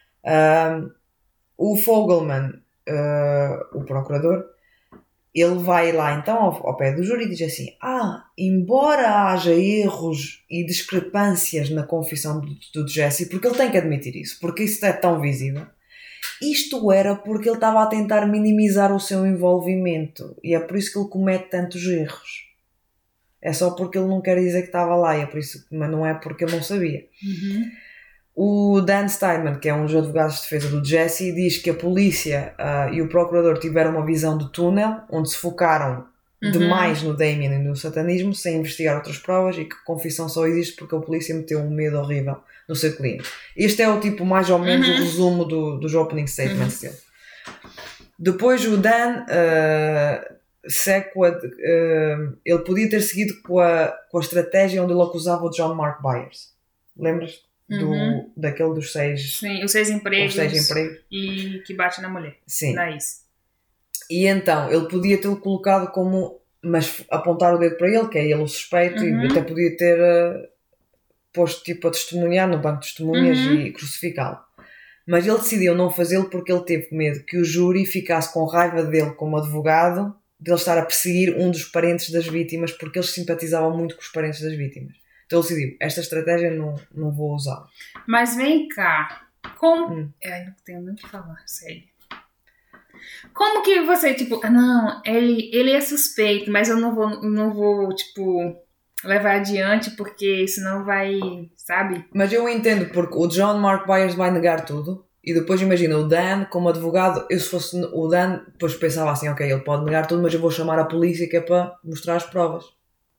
O Fogelman, o procurador, ele vai lá então ao pé do júri e diz assim: embora haja erros e discrepâncias na confissão do Jesse, porque ele tem que admitir isso, porque isso é tão visível, isto era porque ele estava a tentar minimizar o seu envolvimento e é por isso que ele comete tantos erros. É só porque ele não quer dizer que estava lá, e é por isso, mas não é porque ele não sabia. O Dan Steinman, que é um dos advogados de defesa do Jesse, diz que a polícia e o procurador tiveram uma visão de túnel, onde se focaram demais no Damien e no satanismo, sem investigar outras provas, e que a confissão só existe porque a polícia meteu um medo horrível no seu cliente. Este é o tipo, mais ou menos, o resumo dos opening statements dele. Depois o Dan... segue ele podia ter seguido com a estratégia onde ele acusava o John Mark Byers. Lembras? Daquele dos 6... Sim, os 6 empregos. Os 6 empregos. E que bate na mulher. Sim. Não é isso. E então, ele podia tê-lo colocado como... Mas apontar o dedo para ele, que é ele o suspeito, e até podia ter posto tipo a testemunhar no banco de testemunhas e crucificá-lo. Mas ele decidiu não fazê-lo porque ele teve medo que o júri ficasse com raiva dele como advogado, de ele estar a perseguir um dos parentes das vítimas, porque eles simpatizavam muito com os parentes das vítimas. Então ele decidiu, esta estratégia não vou usar. Mas vem cá, como... Ai, não tenho nem o que falar, sério. Como que você, tipo, não, ele é suspeito, mas eu não vou, tipo, levar adiante, porque senão vai, sabe? Mas eu entendo, porque o John Mark Byers vai negar tudo. E depois imagina o Dan como advogado, eu se fosse o Dan, depois pensava assim, ok, ele pode negar tudo, mas eu vou chamar a polícia que é para mostrar as provas.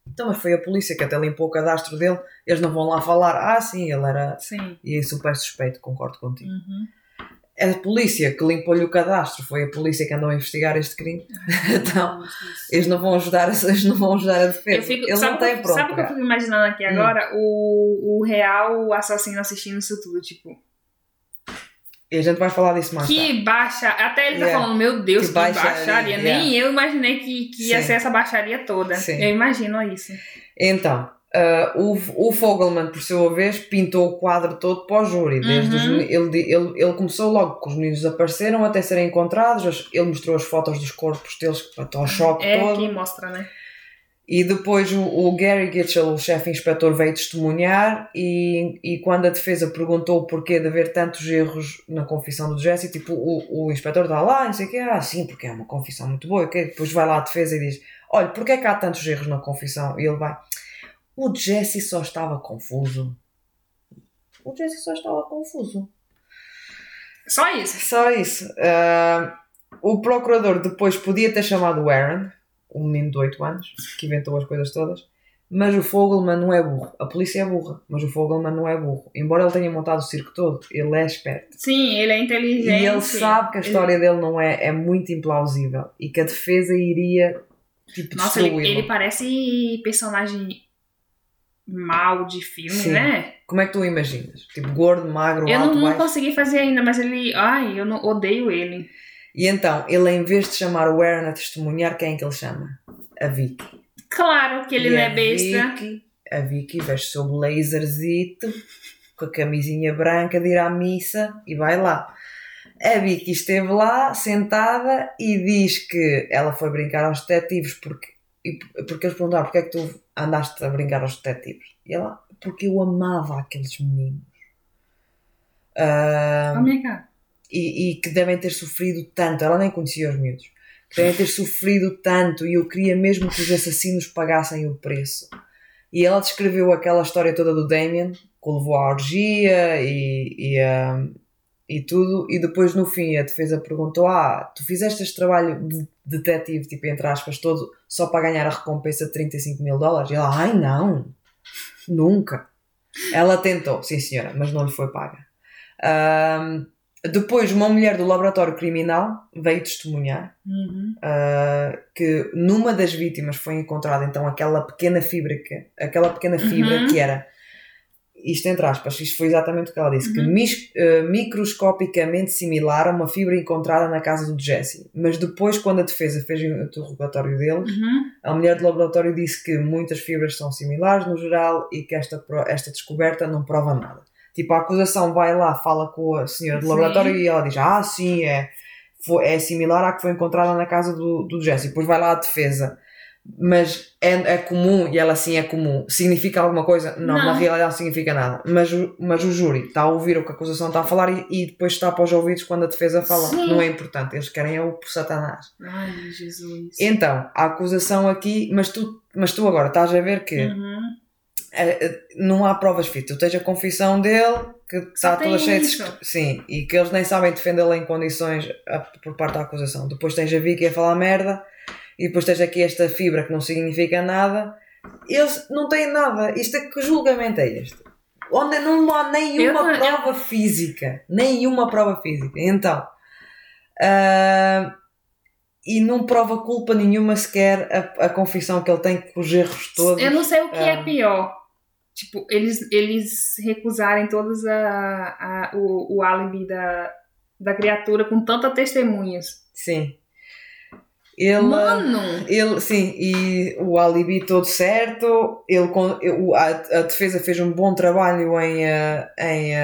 Então, mas foi a polícia que até limpou o cadastro dele. Eles não vão lá falar, sim, ele era... Sim. E é super suspeito, concordo contigo. Uhum. A polícia que limpou-lhe o cadastro foi a polícia que andou a investigar este crime. Então, eles não vão ajudar a defesa. Ele não tem pronto. Sabe o que eu fico imaginando aqui agora? O real assassino assistindo isso tudo, tipo... E a gente vai falar disso mais tarde. Que baixa... Até ele tá falando, meu Deus, que baixaria. Nem eu imaginei que ia ser essa baixaria toda. Sim. Eu imagino isso. Então, o Fogelman, por sua vez, pintou o quadro todo para o júri. Desde ele começou logo que os meninos desapareceram até serem encontrados. Ele mostrou as fotos dos corpos deles, para o choque todo. É, aqui mostra, né? E depois o Gary Gitchell, o chefe inspetor, veio testemunhar e quando a defesa perguntou o porquê de haver tantos erros na confissão do Jesse, tipo, o inspetor está lá, não sei o quê, sim, porque é uma confissão muito boa, okay? Depois vai lá a defesa e diz, olha, porquê é que há tantos erros na confissão? E ele vai, o Jesse só estava confuso. O Jesse só estava confuso. Só isso? Só isso. O procurador depois podia ter chamado o Aaron, um menino de 8 anos, que inventou as coisas todas, mas o Fogelman não é burro. A polícia é burra, mas o Fogelman não é burro. Embora ele tenha montado o circo todo, ele é esperto. Sim, ele é inteligente. E ele sabe que a história dele não é muito implausível e que a defesa iria, tipo, nossa, ele parece personagem mau de filme, sim, né? Como é que tu o imaginas? Tipo, gordo, magro, eu alto, não consegui fazer ainda, mas ele... Ai, eu não odeio ele. E então, ele em vez de chamar o Aaron a testemunhar, quem é que ele chama? A Vicky. Claro que ele não é besta. A Vicky veste o seu blazerzito, com a camisinha branca de ir à missa e vai lá. A Vicky esteve lá, sentada, e diz que ela foi brincar aos detetives porque eles perguntaram porque é que tu andaste a brincar aos detetives. E ela, porque eu amava aqueles meninos. Oh my God. E que devem ter sofrido tanto, ela nem conhecia os miúdos, que devem ter sofrido tanto e eu queria mesmo que os assassinos pagassem o preço. E ela descreveu aquela história toda do Damien, que o levou à orgia e tudo, e depois no fim a defesa perguntou, tu fizeste este trabalho de detetive, tipo entre aspas, todo só para ganhar a recompensa de $35 mil? E ela, ai não, nunca. Ela tentou, sim senhora, mas não lhe foi paga. Depois, uma mulher do laboratório criminal veio testemunhar que numa das vítimas foi encontrada então aquela pequena fibra que era, isto entre aspas, isto foi exatamente o que ela disse, que microscopicamente similar a uma fibra encontrada na casa do Jesse. Mas depois, quando a defesa fez o interrogatório deles, a mulher do laboratório disse que muitas fibras são similares no geral e que esta descoberta não prova nada. Tipo, a acusação vai lá, fala com a senhora do laboratório e ela diz, sim, é similar à que foi encontrada na casa do Jesse. Depois vai lá a defesa. Mas é comum, e ela assim é comum. Significa alguma coisa? Não, na realidade não significa nada. Mas o júri está a ouvir o que a acusação está a falar e depois está para os ouvidos quando a defesa fala. Sim. Não é importante, eles querem o por Satanás. Ai, Jesus. Então, a acusação aqui, mas tu agora estás a ver que não há provas fit. Tu tens a confissão dele que está toda cheia de... Sim, e que eles nem sabem defendê-la em condições por parte da acusação. Depois tens a Vicky a falar merda e depois tens aqui esta fibra que não significa nada. Eles não têm nada. Que julgamento é este? Onde não há nenhuma prova física. Nenhuma prova física. Então... e não prova culpa nenhuma sequer a confissão que ele tem com os erros todos. Eu não sei o que é pior. Tipo, eles recusarem todos o álibi da criatura com tantas testemunhas. Sim. Mano! Sim, e o álibi todo certo. A defesa fez um bom trabalho em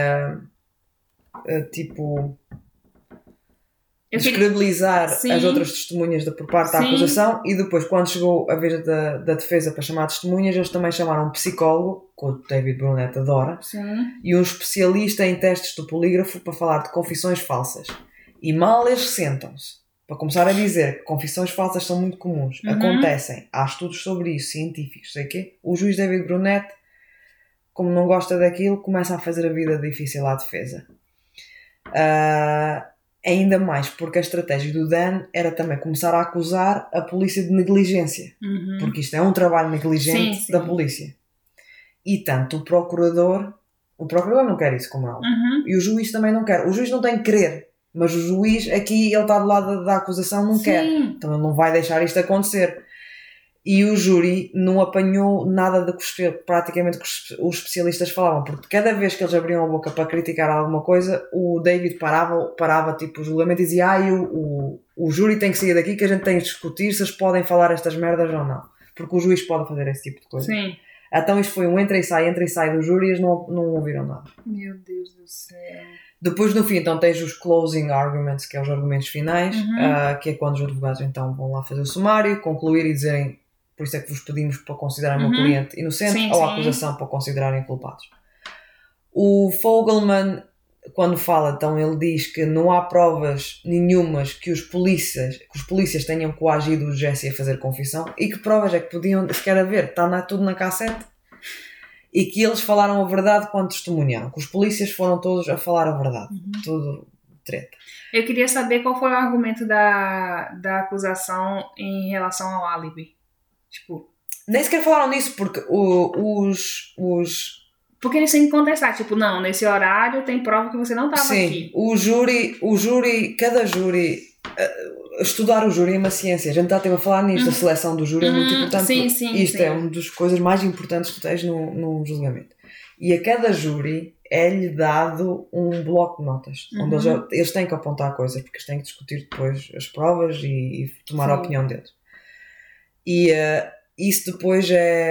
descredibilizar as outras testemunhas por parte da acusação, e depois, quando chegou a vez da defesa para chamar testemunhas, eles também chamaram um psicólogo, que o David Brunet adora, e um especialista em testes do polígrafo para falar de confissões falsas. E mal eles sentam-se para começar a dizer que confissões falsas são muito comuns, acontecem, há estudos sobre isso, científicos, sei o quê, o juiz David Brunet, como não gosta daquilo, começa a fazer a vida difícil à defesa. Ainda mais porque a estratégia do Dan era também começar a acusar a polícia de negligência. Porque isto é um trabalho negligente da polícia. E tanto o procurador não quer isso, como ela. E o juiz também não quer. O juiz não tem que querer, mas o juiz aqui, ele está do lado da acusação, não quer. Então ele não vai deixar isto acontecer. E o júri não apanhou nada de que praticamente os especialistas falavam, porque cada vez que eles abriam a boca para criticar alguma coisa, o David parava tipo o julgamento e dizia: o júri tem que sair daqui, que a gente tem que discutir se eles podem falar estas merdas ou não, porque o juiz pode fazer esse tipo de coisa. Sim. Então isto foi um entra e sai do júri e eles não ouviram nada. Meu Deus do céu. Depois, no fim, então tens os closing arguments, que é os argumentos finais, que é quando os advogados então vão lá fazer o sumário, concluir e dizerem: por isso é que vos pedimos para considerarem o cliente inocente, ou a acusação para considerarem culpados. O Fogelman, quando fala, então ele diz que não há provas nenhumas que os polícias tenham coagido o Jesse a fazer confissão. E que provas é que podiam sequer haver? Está tudo na cassete. E que eles falaram a verdade quando testemunharam. Que os polícias foram todos a falar a verdade. Tudo treta. Eu queria saber qual foi o argumento da acusação em relação ao álibi. Tipo, nem sequer falaram nisso, porque porque eles têm que contestar, tipo, não, nesse horário tem prova que você não estava aqui. Sim, cada júri, estudar o júri é uma ciência. A gente está a falar nisto, a seleção do júri é muito importante. Isto é uma das coisas mais importantes que tu tens no julgamento. E a cada júri é-lhe dado um bloco de notas, onde eles têm que apontar coisas, porque eles têm que discutir depois as provas e tomar a opinião deles. E isso depois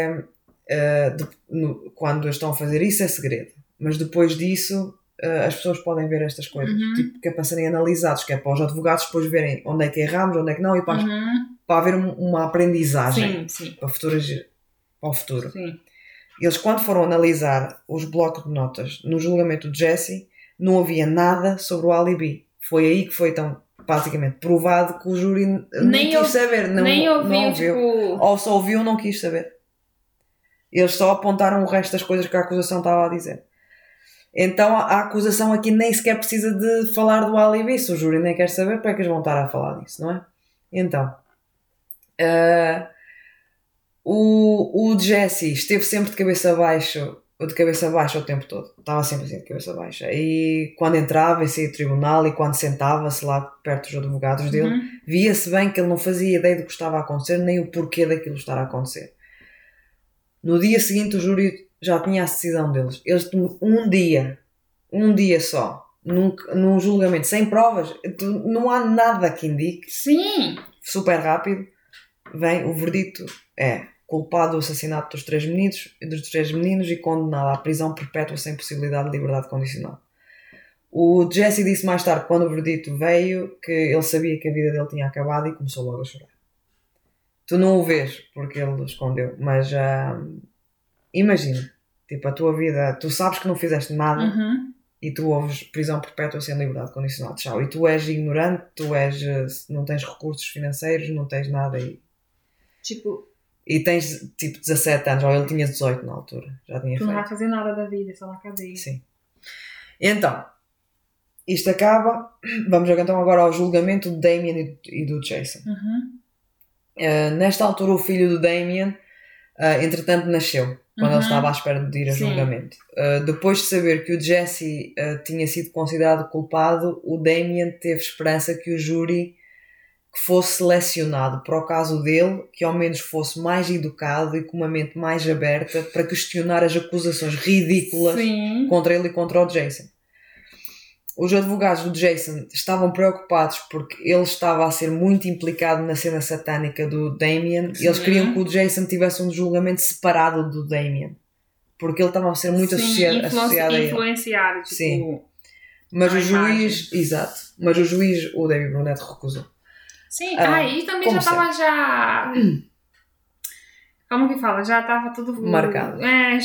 quando eles estão a fazer isso é segredo, mas depois disso as pessoas podem ver estas coisas, tipo, que é para serem analisados, que é para os advogados depois verem onde é que erramos, onde é que não, e para haver uma aprendizagem para o futuro. Sim. Eles, quando foram analisar os blocos de notas no julgamento de Jesse, não havia nada sobre o alibi. Foi aí que foi então basicamente provado que o júri não quis saber. Nem ouviu, tipo... Ou só ouviu, não quis saber. Eles só apontaram o resto das coisas que a acusação estava a dizer. Então a acusação aqui nem sequer precisa de falar do alibi. Se o júri nem quer saber, para que eles vão estar a falar disso, não é? Então, o Jesse esteve sempre de cabeça baixa o tempo todo. Estava sempre assim, de cabeça baixa. E quando entrava e saía do tribunal e quando sentava-se lá perto dos advogados dele, via-se bem que ele não fazia ideia do que estava a acontecer, nem o porquê daquilo estar a acontecer. No dia seguinte o júri já tinha a decisão deles. Eles um dia só, num julgamento sem provas, não há nada que indique. Sim. Super rápido, vem o verdito é culpado do assassinato dos três meninos e condenado à prisão perpétua sem possibilidade de liberdade condicional. O Jesse disse mais tarde, quando o verdito veio, que ele sabia que a vida dele tinha acabado e começou logo a chorar. Tu não o vês porque ele escondeu, mas imagina, tipo, a tua vida, tu sabes que não fizeste nada e tu ouves prisão perpétua sem liberdade condicional, tchau, e tu és ignorante, não tens recursos financeiros, não tens nada e tens tipo 17 anos, ou ele tinha 18 na altura, já tinha feito. Tu não vai fazer nada da vida, só na cadeia. Sim. Então, isto acaba, vamos então agora ao julgamento de Damien e do Jason. Nesta altura o filho do Damien entretanto nasceu, quando ele estava à espera de ir a julgamento. Depois de saber que o Jesse tinha sido considerado culpado, o Damien teve esperança que o júri que fosse selecionado para o caso dele, que ao menos fosse mais educado e com uma mente mais aberta para questionar as acusações ridículas contra ele e contra o Jason. Os advogados do Jason estavam preocupados porque ele estava a ser muito implicado na cena satânica do Damien. Eles queriam que o Jason tivesse um julgamento separado do Damien, porque ele estava a ser muito associado a ele. Influenciado, tipo... Sim. Mas o juiz, o David Brunet, recusou. Sim, aí também já estava como que fala? Já estava tudo... marcado.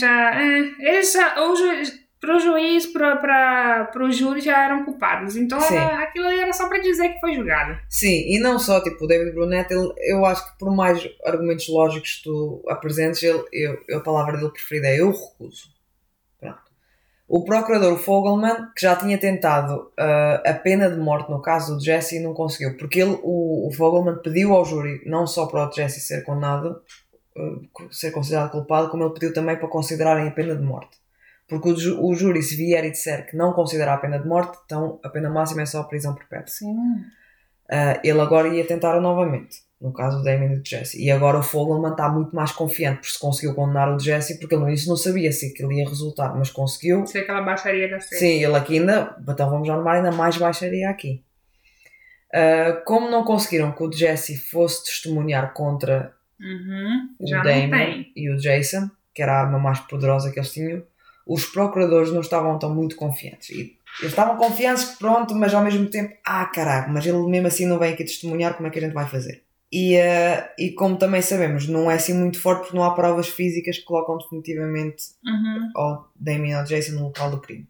Pro juiz, pro júri já eram culpados. Então aquilo ali era só para dizer que foi julgado. Sim, e não só, tipo, o David Brunet, eu acho que por mais argumentos lógicos que tu apresentes, a palavra dele preferida é eu recuso. Pronto. O procurador Fogelman, que já tinha tentado a pena de morte no caso do Jesse, não conseguiu, porque o Fogelman pediu ao júri, não só para o Jesse ser condenado, ser considerado culpado, como ele pediu também para considerarem a pena de morte. Porque o júri, se vier e disser que não considera a pena de morte, então a pena máxima é só a prisão perpétua. Sim. Ele agora ia tentar novamente, no caso do Damien e do Jesse. E agora o Fogelman está muito mais confiante, porque se conseguiu condenar o Jesse, porque ele no início não sabia se aquilo ia resultar, mas conseguiu. Se aquela baixaria da série. Sim, ele aqui ainda... Então vamos armar ainda mais baixaria aqui. Como não conseguiram que o Jesse fosse testemunhar contra o Damien e o Jason, que era a arma mais poderosa que eles tinham, os procuradores não estavam tão muito confiantes. E eles estavam confiantes que pronto, mas ao mesmo tempo, caraca, mas ele mesmo assim não vem aqui testemunhar, como é que a gente vai fazer? E como também sabemos, não é assim muito forte porque não há provas físicas que colocam definitivamente ao Damien e ao Jason no local do crime.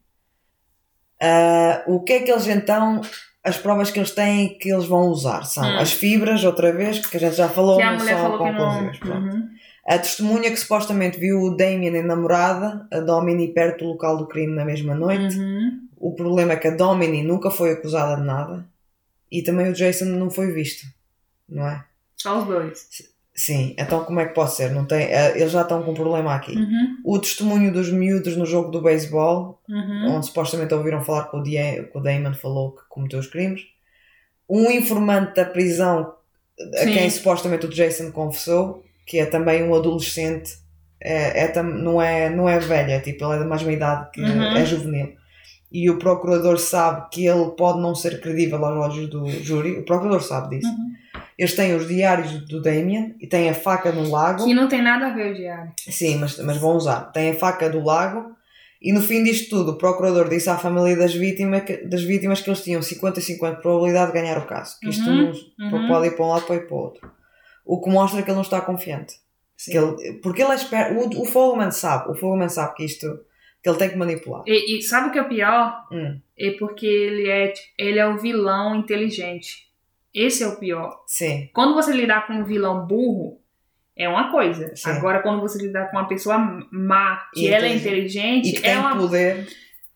O que é que eles então... As provas que eles têm que eles vão usar são as fibras, outra vez, porque a gente já falou, não são conclusivas. A testemunha que supostamente viu o Damien e a namorada, a Domini, perto do local do crime na mesma noite. O problema é que a Domini nunca foi acusada de nada e também o Jason não foi visto, não é? Só os dois. Sim, então como é que pode ser? Não tem, eles já estão com um problema aqui. O testemunho dos miúdos no jogo do beisebol, onde supostamente ouviram falar que o Damon falou que cometeu os crimes. Um informante da prisão a quem supostamente o Jason confessou, que é também um adolescente, não é velho, é tipo, ele é da mesma idade, que é juvenil. E o procurador sabe que ele pode não ser credível aos olhos do júri. O procurador sabe disso. Eles têm os diários do Damien e têm a faca no lago. Que não tem nada a ver o diário. Sim, mas vão usar. Tem a faca do lago e no fim disto tudo o procurador disse à família das vítimas que eles tinham 50-50 probabilidade de ganhar o caso. Que isto não pode ir para um lado para ir para o outro. O que mostra que ele não está confiante. Porque ele espera... O Fogelman sabe que isto... que ele tem que manipular. E sabe o que é o pior? É porque ele é o vilão inteligente. Esse é o pior. Sim. Quando você lidar com um vilão burro, é uma coisa. Sim. Agora, quando você lidar com uma pessoa má, que ela é inteligente... E que tem poder,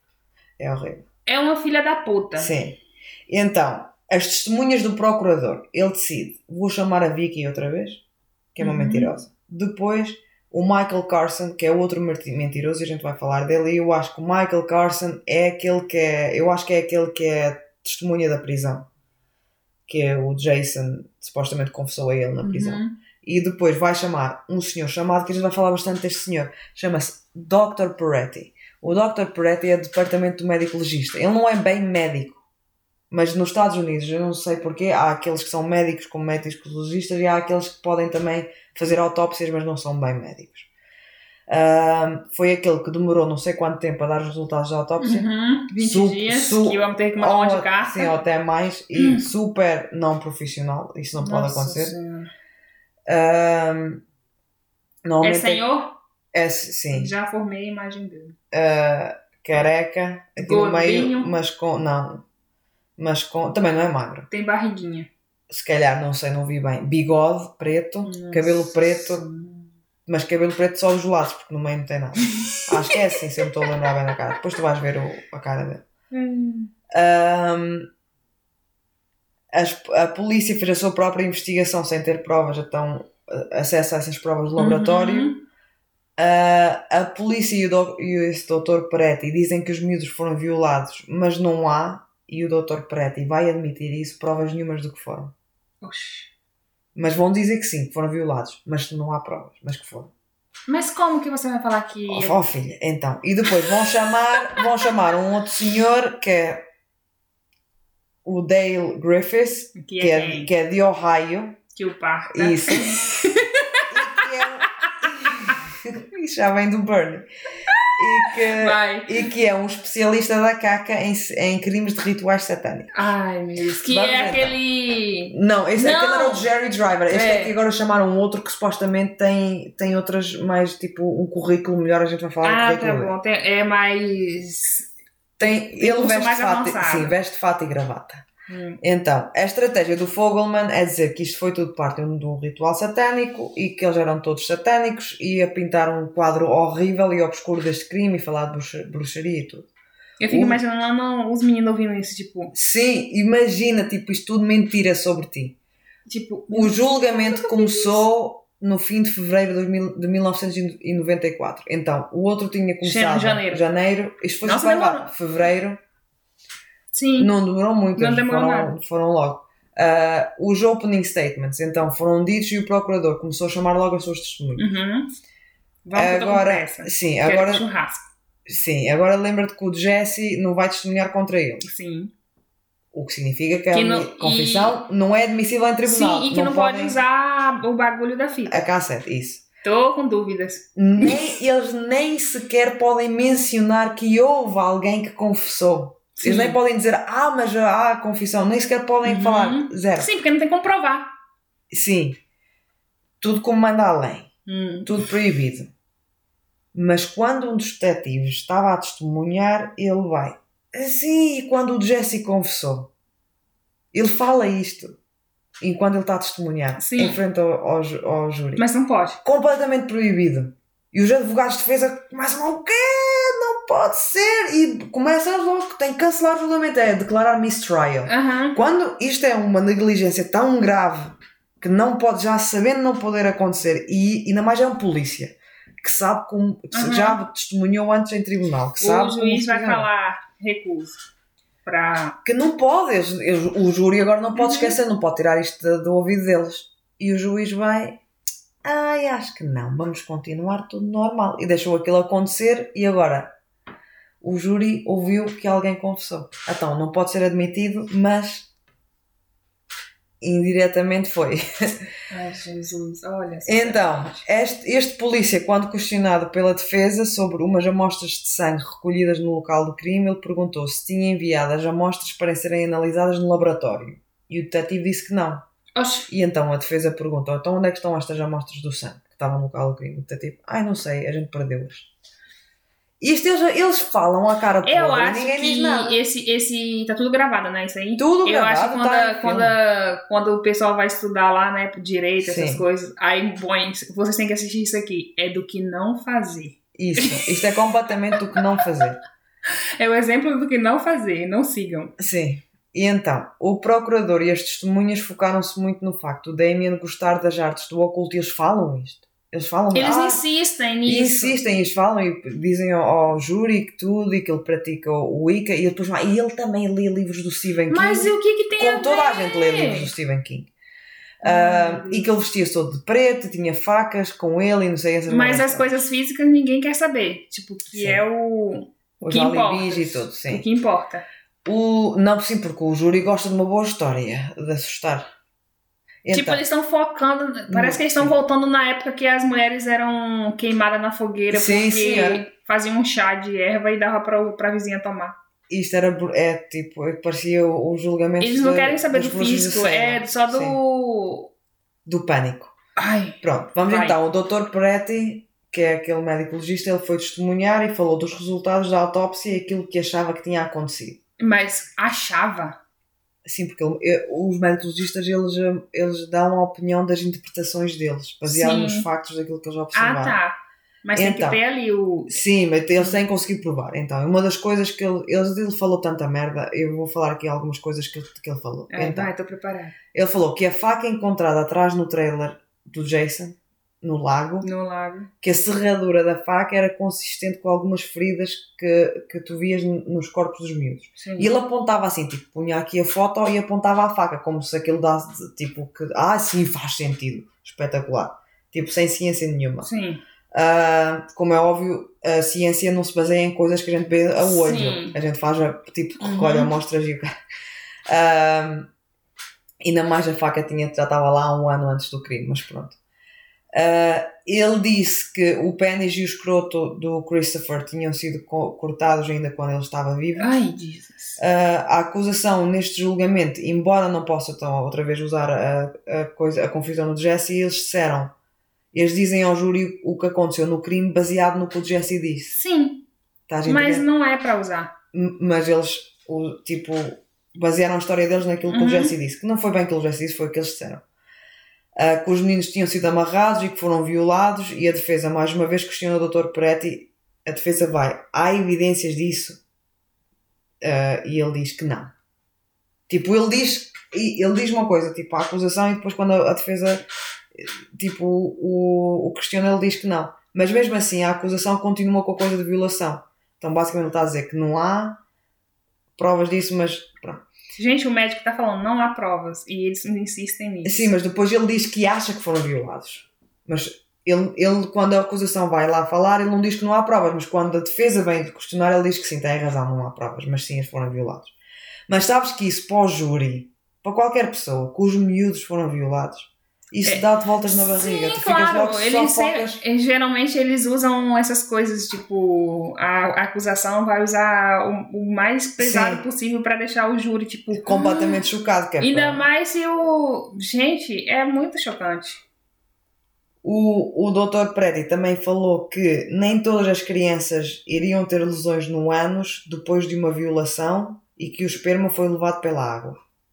é horrível. É uma filha da puta. Sim. Então, as testemunhas do procurador, ele decide, vou chamar a Vicky outra vez, que é uma mentirosa. Depois, o Michael Carson, que é outro mentiroso, e a gente vai falar dele, e eu acho que o Michael Carson é aquele que é... Eu acho que é aquele que é testemunha da prisão. Que é o Jason, supostamente confessou a ele na prisão. E depois vai chamar um senhor chamado, que a gente vai falar bastante deste senhor, chama-se Dr. Peretti. O Dr. Peretti é do departamento do médico legista. Ele não é bem médico, mas nos Estados Unidos, eu não sei porquê, há aqueles que são médicos como médicos legistas e há aqueles que podem também fazer autópsias, mas não são bem médicos. Foi aquele que demorou não sei quanto tempo a dar os resultados da autópsia. 20 dias, que iam ter que mandar uma de carta. Sim, ou até mais. E super não profissional. Isso não pode acontecer. É senhor? Sim. Já formei a imagem dele. Careca. Aqui gordinho. No meio, mas com... Não. Mas com... Também não é magro. Tem barriguinha. Se calhar, não sei, não vi bem. Bigode preto. Cabelo preto. Mas cabelo preto só os lados, porque no meio não tem nada. Acho que é assim, se eu me estou a lembrar bem da cara. Depois tu vais ver a cara dele. A polícia fez a sua própria investigação sem ter provas, então acesso a essas provas de laboratório. A polícia e esse Dr. Peretti dizem que os miúdos foram violados, mas não há, e o Dr. Peretti vai admitir isso, provas nenhumas do que foram. Oxi. Mas vão dizer que sim, que foram violados, mas não há provas, mas que foram. Mas como que você vai falar que... Oh filha, então. E depois vão chamar um outro senhor que é o Dale Griffiths, que é de Ohio. Que o parta. Isso. Isso já vem do Bernie. E que é um especialista da caca em crimes de rituais satânicos. Ai, meu Deus. Que é aquele... Não, aquele era o Jerry Driver. Este é que agora chamaram outro que supostamente tem outras mais, tipo, um currículo melhor. A gente vai falar do currículo. Tá bom. É mais... Ele veste fato, sim, veste fato e gravata. Então, a estratégia do Fogelman é dizer que isto foi tudo parte de um ritual satânico e que eles eram todos satânicos e a pintar um quadro horrível e obscuro deste crime e falar de bruxaria e tudo. Eu fico imaginando lá os meninos ouvindo isso, tipo... Sim, imagina, tipo, isto tudo mentira sobre ti. Tipo... O julgamento começou no fim de fevereiro de 1994. Então, o outro tinha começado em janeiro. Isto foi super rápido. Fevereiro... Sim. Não demorou muito, não demorou nada. Foram logo. Os opening statements, então, foram ditos e o procurador começou a chamar logo as suas testemunhas. Vamos agora, sim, agora lembra-te que o Jesse não vai testemunhar contra ele. Sim. O que significa que a confissão não é admissível em tribunal. Sim, e que não pode usar o bagulho da fita. A cassete, isso. Estou com dúvidas. Eles nem sequer podem mencionar que houve alguém que confessou. Sim. Eles nem podem dizer, mas há a confissão. Nem sequer podem falar, zero. Sim, porque não tem como provar. Sim. Tudo como manda a lei. Tudo proibido. Mas quando um dos detetives estava a testemunhar, ele vai. Sim, quando o Jesse confessou. Ele fala isto. Enquanto ele está a testemunhar. Sim. Em frente ao júri. Mas não pode. Completamente proibido. E os advogados de defesa começam o quê? Não pode ser. E começam logo. Tem que cancelar o julgamento. É declarar mistrial. Quando isto é uma negligência tão grave que não pode, já sabendo não poder acontecer, e ainda mais é um polícia que sabe como, já testemunhou antes em tribunal, que sabe o juiz vai falar recuso que não pode, o júri agora não pode esquecer, não pode tirar isto do ouvido deles, e o juiz vai acho que não, vamos continuar tudo normal, e deixou aquilo acontecer. E agora o júri ouviu que alguém confessou, então não pode ser admitido, mas indiretamente foi. Ai, Jesus, olha. Então, este polícia, quando questionado pela defesa sobre umas amostras de sangue recolhidas no local do crime, ele perguntou se tinha enviado as amostras para serem analisadas no laboratório. E o detetive disse que não. Oxe. E então a defesa perguntou, então onde é que estão estas amostras do sangue que estavam no local do crime? O detetive, não sei, a gente perdeu-as. Isto eles falam a cara por eu acho ninguém diz nada. Que esse tá tudo gravado, né? Isso aí? Tudo gravado. Eu acho que quando o pessoal vai estudar lá, né, pro direito, essas coisas, aí põe, vocês têm que assistir isso aqui. É do que não fazer. Isto é completamente do que não fazer. É o exemplo do que não fazer, não sigam. Sim. E então, o procurador e as testemunhas focaram-se muito no facto de Damien gostar das artes do oculto, e eles falam isto. Eles insistem nisso. Insistem, eles falam e dizem ao júri que tudo, e que ele pratica o Wicca, e depois e ele também lê livros do Stephen King. Mas e o que tem a ver? Como toda a gente lê livros do Stephen King. E que ele vestia todo de preto, tinha facas com ele e não sei essas. Mas as coisas físicas ninguém quer saber. Tipo, que é os alibis e tudo, sim. O que importa. Não, sim, porque o júri gosta de uma boa história, de assustar. Então, tipo, eles estão focando. Parece que eles estão voltando na época que as mulheres eram queimadas na fogueira porque faziam um chá de erva e dava pra vizinha tomar. Isto era tipo, parecia o julgamento. Eles não querem saber do físico, é só do pânico. Ai, pronto, vamos então. O Dr. Peretti, que é aquele médico legista, ele foi testemunhar e falou dos resultados da autópsia e aquilo que achava que tinha acontecido. Mas achava? Sim, porque os médicos legistas eles dão a opinião das interpretações deles, baseado nos factos daquilo que eles observaram. Tá. Mas tem que ter ali o... Sim, mas eles têm que conseguir provar. Então, uma das coisas que ele falou tanta merda, eu vou falar aqui algumas coisas que ele falou. Então, estou preparada. Ele falou que a faca encontrada atrás no trailer do Jason, no lago, que a serradura da faca era consistente com algumas feridas que tu vias nos corpos dos miúdos. Sim. E ele apontava assim, tipo, punha aqui a foto e apontava a faca, como se aquilo desse, tipo, que, sim, faz sentido. Espetacular. Tipo, sem ciência nenhuma. Sim. Como é óbvio, a ciência não se baseia em coisas que a gente vê a olho. Sim. A gente faz, tipo, recolhe amostras e o cara. Ainda mais a faca já estava lá há 1 ano antes do crime, mas pronto. Ele disse que o pênis e o escroto do Christopher tinham sido cortados ainda quando ele estava vivo. Ai, Jesus. A acusação neste julgamento, embora não possa então, outra vez usar a confusão do Jesse, eles dizem ao júri o que aconteceu no crime baseado no que o Jesse disse. Sim, mas não é para usar. Mas eles, basearam a história deles naquilo que o Jesse disse, que não foi bem aquilo que o Jesse disse, foi o que eles disseram. Que os meninos tinham sido amarrados e que foram violados, e a defesa mais uma vez questiona o Dr. Peretti. A defesa vai, há evidências disso? E ele diz que não. Tipo, ele diz uma coisa, tipo, a acusação, e depois quando a defesa, tipo, o questiona, ele diz que não. Mas mesmo assim, a acusação continua com a coisa de violação. Então, basicamente, ele está a dizer que não há provas disso, mas pronto. Gente, o médico está falando, não há provas, e eles insistem nisso. Sim, mas depois ele diz que acha que foram violados. Mas ele quando a acusação vai lá falar, ele não diz que não há provas, mas quando a defesa vem de questionar, ele diz que sim, tem razão, não há provas, mas sim, eles foram violados. Mas sabes que isso, para o júri, para qualquer pessoa, que os miúdos foram violados, isso dá-te voltas na barriga. Sim, tu claro. Ficas logo eles só focas... Geralmente eles usam essas coisas, tipo, a acusação vai usar o mais pesado possível para deixar o júri, tipo... completamente chocado. Que é ainda mais se o... Gente, é muito chocante. O Dr. Peretti também falou que nem todas as crianças iriam ter lesões no ânus depois de uma violação e que o esperma foi levado pela água.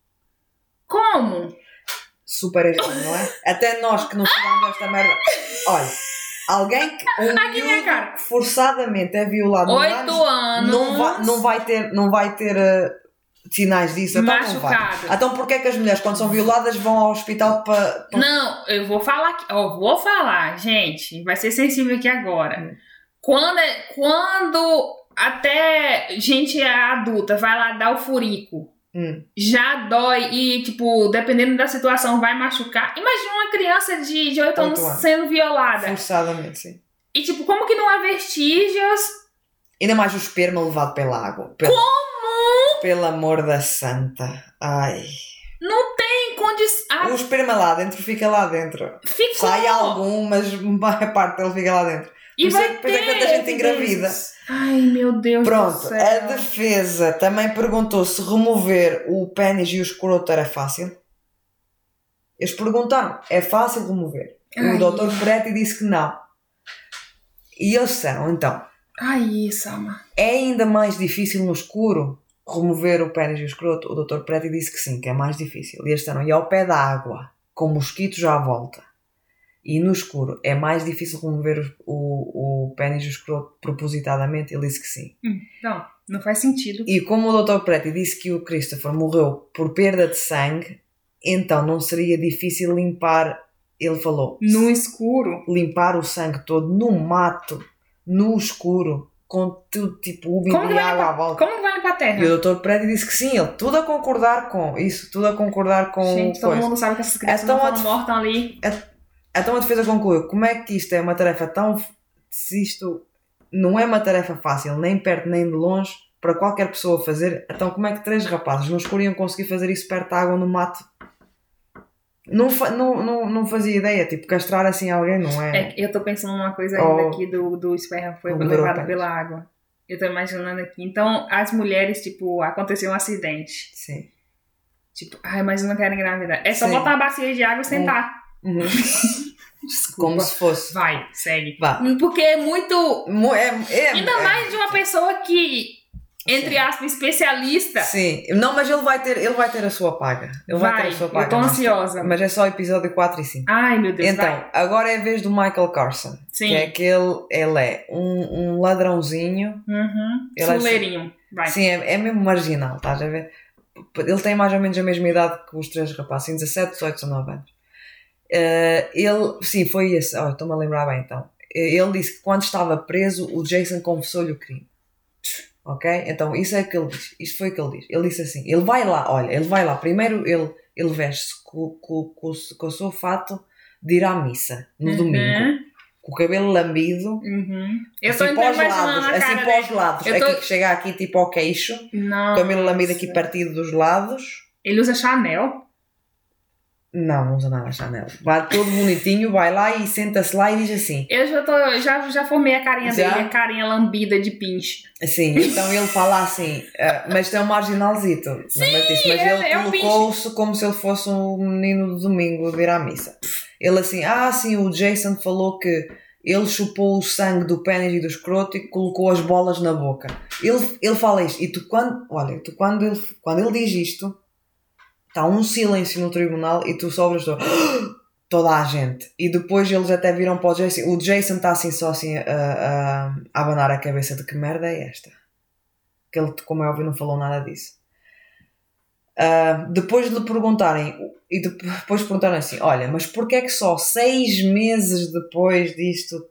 Como? Super estranho, não é? Até nós que não fizemos esta merda. Olha, alguém que miúdo forçadamente é violado no 8 anos não vai ter sinais disso. Então não vai. Então porquê é que as mulheres, quando são violadas, vão ao hospital para... Não, eu vou falar aqui. Vou falar, gente. Vai ser sensível aqui agora. Quando até gente adulta vai lá dar o furico, já dói e, tipo, dependendo da situação, vai machucar. Imagina uma criança de 8 anos sendo violada. Forçadamente, sim. E, tipo, como que não há vestígios? Ainda mais o esperma levado pela água. Como? Pelo amor da santa. Ai. Não tem condição. O esperma lá dentro fica lá dentro. Ficou. Sai algum, mas a parte dele fica lá dentro. E por isso é que tanta gente engravida. Ai, meu Deus do céu. Pronto, a defesa também perguntou se remover o pênis e o escroto era fácil. Eles perguntaram, é fácil remover? O Dr. Peretti disse que não. E eles disseram, então... Ai, Sama. É ainda mais difícil no escuro remover o pênis e o escroto? O Dr. Peretti disse que sim, que é mais difícil. E eles disseram, e ao pé da água, com mosquitos à volta, e no escuro, é mais difícil remover o pênis e o escroto propositadamente? Ele disse que sim. Não faz sentido. E como o Dr. Peretti disse que o Christopher morreu por perda de sangue, então não seria difícil limpar, ele falou... No escuro? Limpar o sangue todo no mato, no escuro, com tudo tipo úmido e água à volta. Como que vai limpar a terra? E o Dr. Peretti disse que sim, ele tudo a concordar com isso, tudo a concordar com... Gente, todo mundo sabe que essas crianças não foram mortas ali. Então a defesa concluiu, como é que isto é uma tarefa tão... Se isto não é uma tarefa fácil, nem perto nem de longe, para qualquer pessoa fazer, então como é que 3 rapazes não escuriam conseguir fazer isso perto da água no mato? Não fazia ideia, tipo, castrar assim alguém, não é? Eu estou pensando numa coisa ainda aqui do esperma que foi levado pela água. Eu estou imaginando aqui. Então, as mulheres, tipo, aconteceu um acidente. Sim. Tipo, mas eu não quero engravidar. É só botar uma bacia de água e sentar. Desculpa. Como se fosse. Vai, segue. Vá. Porque é muito... ainda mais de uma pessoa que, entre aspas, especialista. Sim. Não, mas ele vai ter a sua paga. Ele vai ter a sua paga. Eu tô ansiosa. Mas é só episódio 4 e 5. Ai, meu Deus. Então, agora é a vez do Michael Carson. Sim. Que é aquele... Ele é um ladrãozinho. Fuleirinho. Vai. Sim, é mesmo marginal, estás a ver? Ele tem mais ou menos a mesma idade que os 3 rapazes. 17, 18, 19 anos. Ele, sim, foi esse. Estou-me a lembrar bem então. Ele disse que quando estava preso o Jason confessou-lhe o crime. Ok? Então isso é o que ele diz. Isto foi o que ele diz. Ele disse assim, ele vai lá, primeiro ele veste-se com o seu fato de ir à missa no domingo, com o cabelo lambido, assim para os lados, aqui que chega aqui tipo ao queixo, o cabelo lambido aqui partido dos lados. Ele usa Chanel? Não usa nada Chanel. Vai todo bonitinho, vai lá e senta-se lá e diz assim. Eu já formei a carinha dele, a carinha lambida de pinche. Sim, então ele fala assim, mas tem um marginalzito. Sim, mas ele colocou-se como se ele fosse um menino do domingo de ir à missa. Ele assim, sim, o Jason falou que ele chupou o sangue do pênis e do escroto e colocou as bolas na boca. Ele fala isto. E quando ele diz isto, está um silêncio no tribunal e tu sobras toda a gente. E depois eles até viram para o Jason. O Jason está assim só assim a abanar a cabeça de que merda é esta. Que ele, como é óbvio, não falou nada disso. Depois de lhe perguntarem, e depois perguntaram assim, olha, mas porquê é que só 6 meses depois disto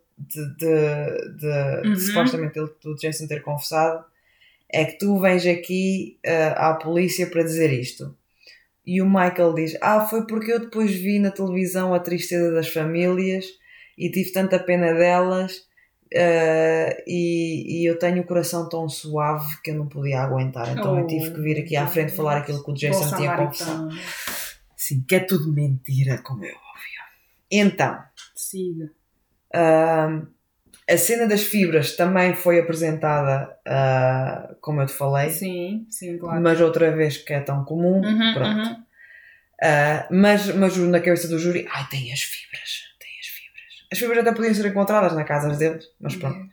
de supostamente o Jason ter confessado, é que tu vens aqui à polícia para dizer isto? E o Michael diz, foi porque eu depois vi na televisão a tristeza das famílias e tive tanta pena delas, e eu tenho o coração tão suave que eu não podia aguentar, então eu tive que vir aqui à frente falar aquilo que o Jason tinha confessado. Sim, que é tudo mentira, como é óbvio. Então, siga. A cena das fibras também foi apresentada, como eu te falei. Sim, claro. Mas outra vez que é tão comum, pronto. Mas na cabeça do júri, tem as fibras. As fibras até podiam ser encontradas na casa deles, mas pronto.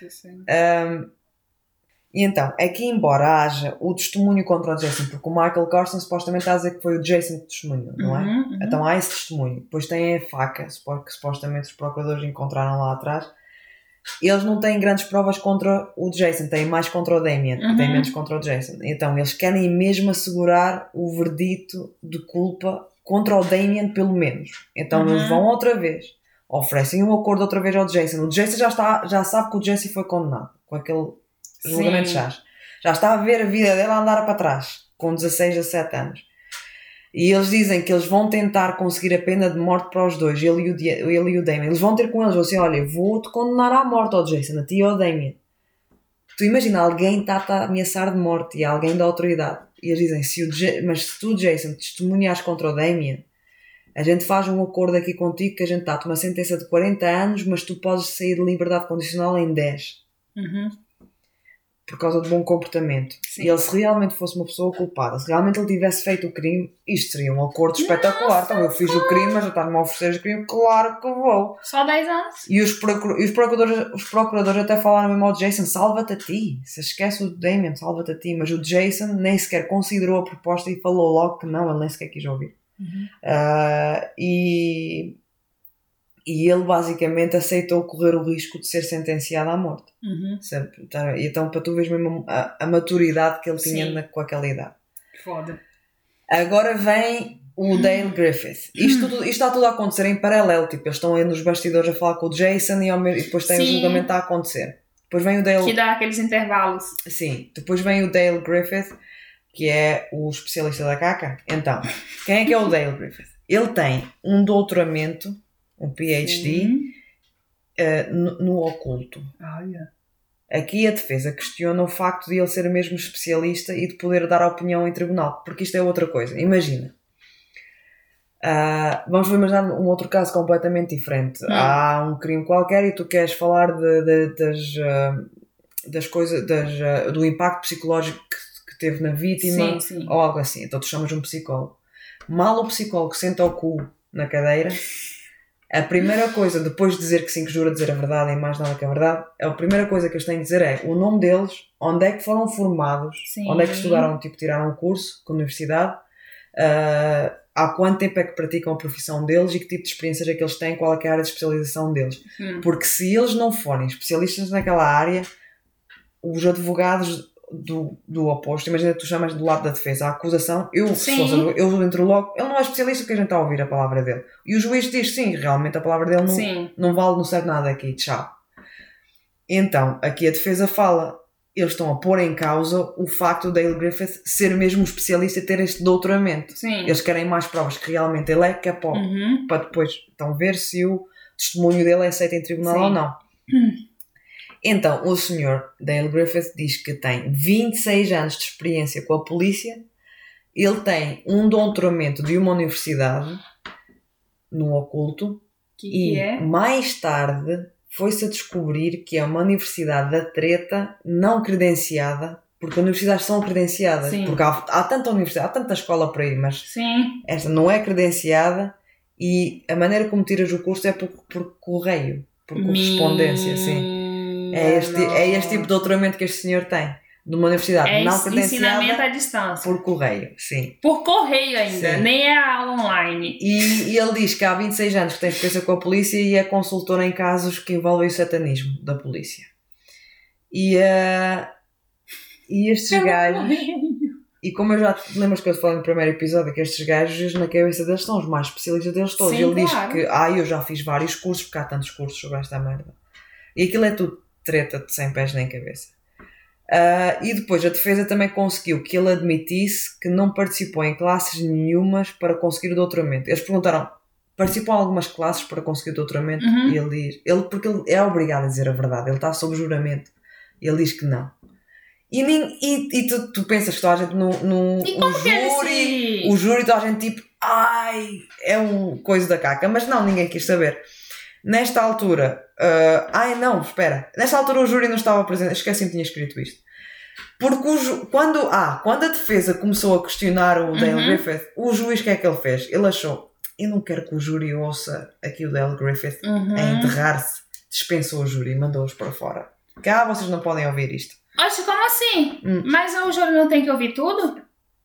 E então, aqui embora haja o testemunho contra o Jason, porque o Michael Carson supostamente está a dizer que foi o Jason que testemunhou, não é? Então há esse testemunho. Depois tem a faca, que supostamente os procuradores encontraram lá atrás. Eles não têm grandes provas contra o Jason, têm mais contra o Damien, têm menos contra o Jason. Então eles querem mesmo assegurar o verdito de culpa contra o Damien, pelo menos. Então eles vão outra vez, oferecem um acordo outra vez ao Jason. O Jason já sabe que o Jesse foi condenado com aquele julgamento de chás. Já está a ver a vida dele a andar para trás, com 16 a 17 anos. E eles dizem que eles vão tentar conseguir a pena de morte para os dois, ele e o Damien. Eles vão ter com eles, vão assim, olha, vou-te condenar à morte ao Jason, a ti e ao Damien. Tu imagina, alguém está a ameaçar de morte e alguém da autoridade. E eles dizem, mas se tu, Jason, testemunhas contra o Damien, a gente faz um acordo aqui contigo que a gente dá-te uma sentença de 40 anos, mas tu podes sair de liberdade condicional em 10. Por causa de bom comportamento. Sim. E ele, se realmente fosse uma pessoa culpada, se realmente ele tivesse feito o crime, isto seria um acordo espetacular. Então eu fiz o crime, mas já está-me a oferecer o crime, claro que vou. Só 10 anos. E os procuradores até falaram mesmo ao Jason, salva-te a ti. Se esquece o Damien, salva-te a ti. Mas o Jason nem sequer considerou a proposta e falou logo que não, ele nem sequer quis ouvir. E ele basicamente aceitou correr o risco de ser sentenciado à morte. Então, para tu veres mesmo a maturidade que ele tinha com aquela idade. Foda. Agora vem o Dale Griffith. Isto está tudo a acontecer em paralelo. Tipo, eles estão aí nos bastidores a falar com o Jason e depois tem o julgamento a acontecer. Depois vem o Dale... Que dá aqueles intervalos. Sim. Depois vem o Dale Griffith, que é o especialista da caca. Então, quem é que é o Dale Griffith? Ele tem um doutoramento, um PhD, no oculto. Aqui a defesa questiona o facto de ele ser mesmo especialista e de poder dar opinião em tribunal, porque isto é outra coisa. Imagina, vamos imaginar um outro caso completamente diferente. Há um crime qualquer e tu queres falar das coisas, do impacto psicológico que teve na vítima, ou algo assim. Então tu chamas um psicólogo. Mal o psicólogo senta o cu na cadeira, a primeira coisa, depois de dizer que sim, que jura dizer a verdade e mais nada que a verdade, a primeira coisa que eles têm de dizer é o nome deles, onde é que foram formados, onde é que estudaram, tipo, tiraram um curso com a universidade, há quanto tempo é que praticam a profissão deles e que tipo de experiências é que eles têm, qual é que é a área de especialização deles. Porque se eles não forem especialistas naquela área, os advogados do oposto, imagina que tu chamas do lado da defesa, a acusação, eu entro logo, ele não é especialista porque a gente está a ouvir a palavra dele. E o juiz diz, sim, realmente a palavra dele não vale, não serve nada aqui, tchau. Então, aqui a defesa fala, eles estão a pôr em causa o facto do Dale Griffith ser mesmo um especialista e ter este doutoramento. Eles querem mais provas que realmente ele é capaz, para depois então, ver se o testemunho dele é aceito em tribunal ou não. Então, o senhor Dale Griffith diz que tem 26 anos de experiência com a polícia, ele tem um doutoramento de uma universidade no oculto mais tarde foi-se a descobrir que é uma universidade da treta não credenciada, porque universidades são credenciadas, porque há tanta universidade, há tanta escola para ir, mas esta não é credenciada e a maneira como tiras o curso é por correio. por correspondência, sim. É este tipo de doutoramento que este senhor tem. De uma universidade não credenciada. Ensinamento à distância. Por correio, sim. Por correio ainda, sim. Nem é aula online. E ele diz que há 26 anos que tem experiência com a polícia e é consultor em casos que envolvem o satanismo da polícia. E estes gajos... E como eu já te lembro que eu falei no primeiro episódio, que estes gajos na cabeça deles são os mais especialistas deles todos. Sim, ele claro. Diz que eu já fiz vários cursos, porque há tantos cursos sobre esta merda. E aquilo é tudo treta de 100 pés nem cabeça. E depois a defesa também conseguiu que ele admitisse que não participou em classes nenhumas para conseguir o doutoramento. Eles perguntaram, participou em algumas classes para conseguir o doutoramento? Uhum. E ele diz, porque ele é obrigado a dizer a verdade, ele está sob juramento. Ele diz que não. E tu pensas que toda a gente no júri, o júri toda a gente tipo, é um coisa da caca, mas não, ninguém quis saber. Nesta altura, nesta altura o júri não estava presente, esqueci-me que tinha escrito isto. Porque quando a defesa começou a questionar o Dale Griffith, o juiz o que é que ele fez? Ele achou, eu não quero que o júri ouça aqui o Dale Griffith a enterrar-se, dispensou o júri e mandou-os para fora. Vocês não podem ouvir isto. Oxe, como assim? Mas o júri não tem que ouvir tudo?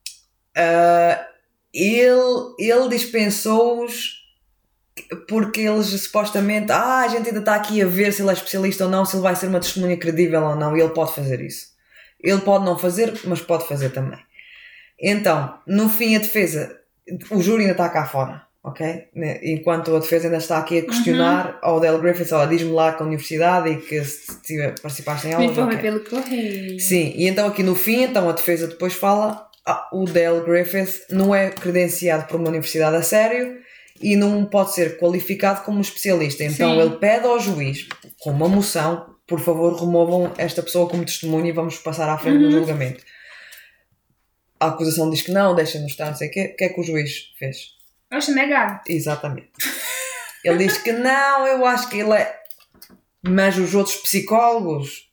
Ele dispensou-os porque eles supostamente a gente ainda está aqui a ver se ele é especialista ou não, se ele vai ser uma testemunha credível ou não, e ele pode fazer isso. Ele pode não fazer, mas pode fazer também. Então, no fim a defesa, o júri ainda está cá fora, ok? Enquanto a defesa ainda está aqui a questionar ao Dale Griffith, diz-me lá com a universidade e que se participaste em aulas, me informe pelo correio. Sim, e então aqui no fim, a defesa depois fala, o Dale Griffith não é credenciado por uma universidade a sério e não pode ser qualificado como especialista. Então sim. Ele pede ao juiz, com uma moção, por favor removam esta pessoa como testemunha e vamos passar à frente do julgamento. A acusação diz que não, deixem-nos estar, não sei o quê. O que é que o juiz fez? Acho negado. Exatamente. Ele diz que não, eu acho que ele é... Mas os outros psicólogos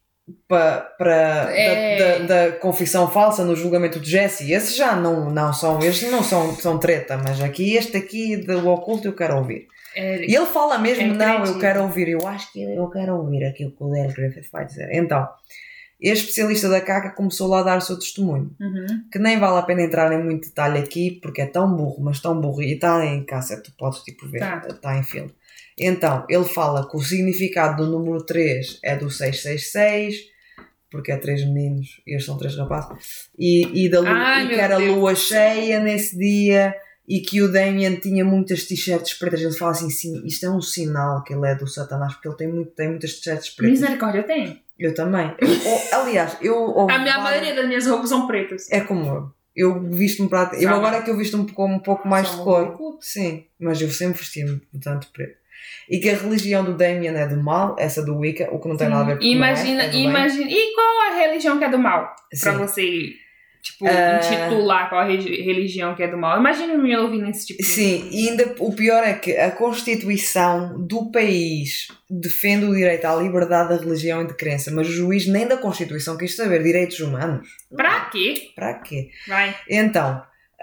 da confissão falsa no julgamento de Jesse, esses já não são treta, mas este aqui do oculto eu quero ouvir. E ele fala mesmo, eu quero ouvir, eu acho que eu quero ouvir aquilo que o Dale Griffith vai dizer. Então, este especialista da caca começou lá a dar o seu testemunho, que nem vale a pena entrar em muito detalhe aqui, porque é tão burro, mas tão burro, e está em cassete, tu podes ver, está em filme. Então, ele fala que o significado do número 3 é do 666, porque é 3 meninos e eles são 3 rapazes, e que era lua cheia nesse dia, e que o Damien tinha muitas t-shirts pretas. Ele fala assim, sim, isto é um sinal que ele é do Satanás, porque ele tem muitas t-shirts pretas. Misericórdia, eu tenho. Eu também. Aliás, a maioria das minhas roupas são pretas. É como eu. Eu visto-me para... Eu agora é que eu visto-me com um pouco mais de cor. Sim, mas eu sempre vesti-me tanto preto. E que a religião do Damien é do mal, essa do Wicca, o que não tem nada a ver com imagina. E qual a religião que é do mal? Para você, intitular qual a religião que é do mal. Imagina me ouvindo esse tipo de coisa. Sim, e ainda o pior é que a Constituição do país defende o direito à liberdade da religião e de crença, mas o juiz nem da Constituição quis saber direitos humanos. Para quê? Para quê? Vai. Então...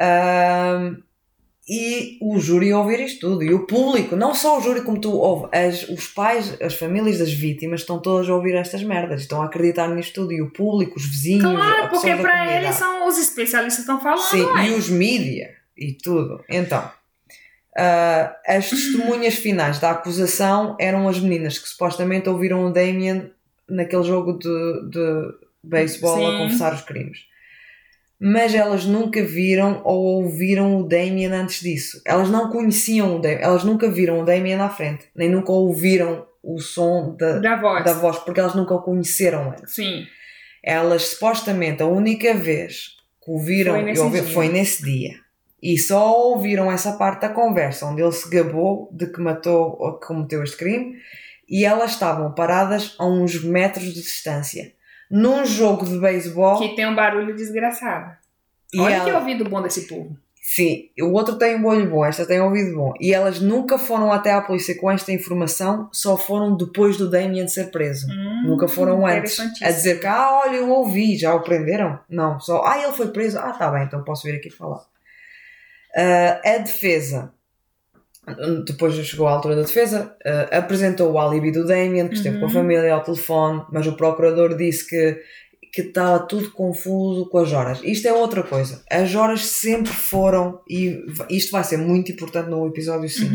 E o júri ouvir isto tudo, e o público, não só o júri como tu ouve, os pais, as famílias das vítimas estão todas a ouvir estas merdas, estão a acreditar nisto tudo, e o público, os vizinhos, claro, porque para eles são os especialistas que estão falando. Sim, e os mídia e tudo. Então, as testemunhas finais da acusação eram as meninas que supostamente ouviram o Damien naquele jogo de beisebol a confessar os crimes. Mas elas nunca viram ou ouviram o Damien antes disso. Elas não conheciam o Damien, elas nunca viram o Damien à frente, nem nunca ouviram o som da voz, porque elas nunca o conheceram antes. Sim. Elas, supostamente, a única vez que o viram foi nesse dia. E só ouviram essa parte da conversa, onde ele se gabou de que matou ou que cometeu este crime, e elas estavam paradas a uns metros de distância. Num jogo de beisebol... Que tem um barulho desgraçado. Olha que ouvido bom desse povo. Sim, o outro tem um olho bom, esta tem um ouvido bom. E elas nunca foram até à polícia com esta informação, só foram depois do Damien ser preso. Nunca foram antes a dizer que, olha, eu ouvi, já o prenderam? Não, só, ele foi preso, tá bem, então posso vir aqui falar. A defesa Depois chegou à altura da defesa, apresentou o álibi do Damien, que esteve com a família ao telefone, mas o procurador disse que estava tudo confuso com as horas. Isto é outra coisa. As horas sempre foram, e isto vai ser muito importante no episódio 5.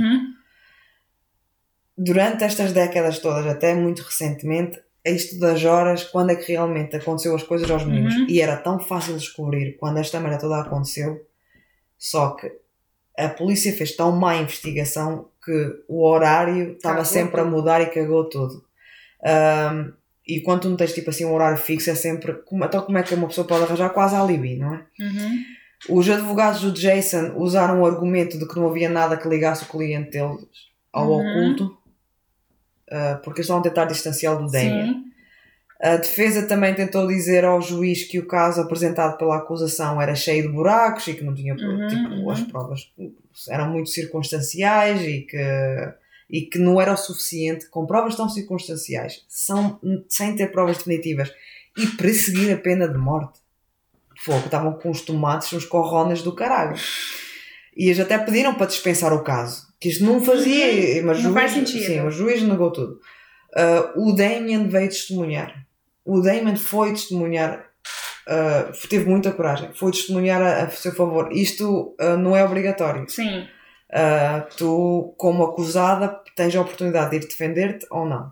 Durante estas décadas todas, até muito recentemente, isto das horas, quando é que realmente aconteceu as coisas aos meninos. E era tão fácil descobrir quando esta merda toda aconteceu, só que a polícia fez tão má investigação que o horário estava sempre a mudar e cagou tudo. E quando tu não tens tipo assim um horário fixo, é sempre... Então como é que uma pessoa pode arranjar quase alibi, não é? Os advogados do Jason usaram o argumento de que não havia nada que ligasse o cliente deles ao oculto, porque eles estavam a tentar distanciá-lo do Damien. A defesa também tentou dizer ao juiz que o caso apresentado pela acusação era cheio de buracos e que não tinha as provas eram muito circunstanciais e que não era o suficiente com provas tão circunstanciais sem ter provas definitivas e perseguir a pena de morte. Fogo, estavam com os tomates nos corrones do caralho. E eles até pediram para dispensar o caso, que isto não fazia, mas não faz sentido. Sim, o juiz negou tudo. O Damien veio testemunhar. O Damien foi testemunhar, teve muita coragem, foi testemunhar a seu favor. Isto não é obrigatório. Sim. Tu, como acusada, tens a oportunidade de ir defender-te ou não.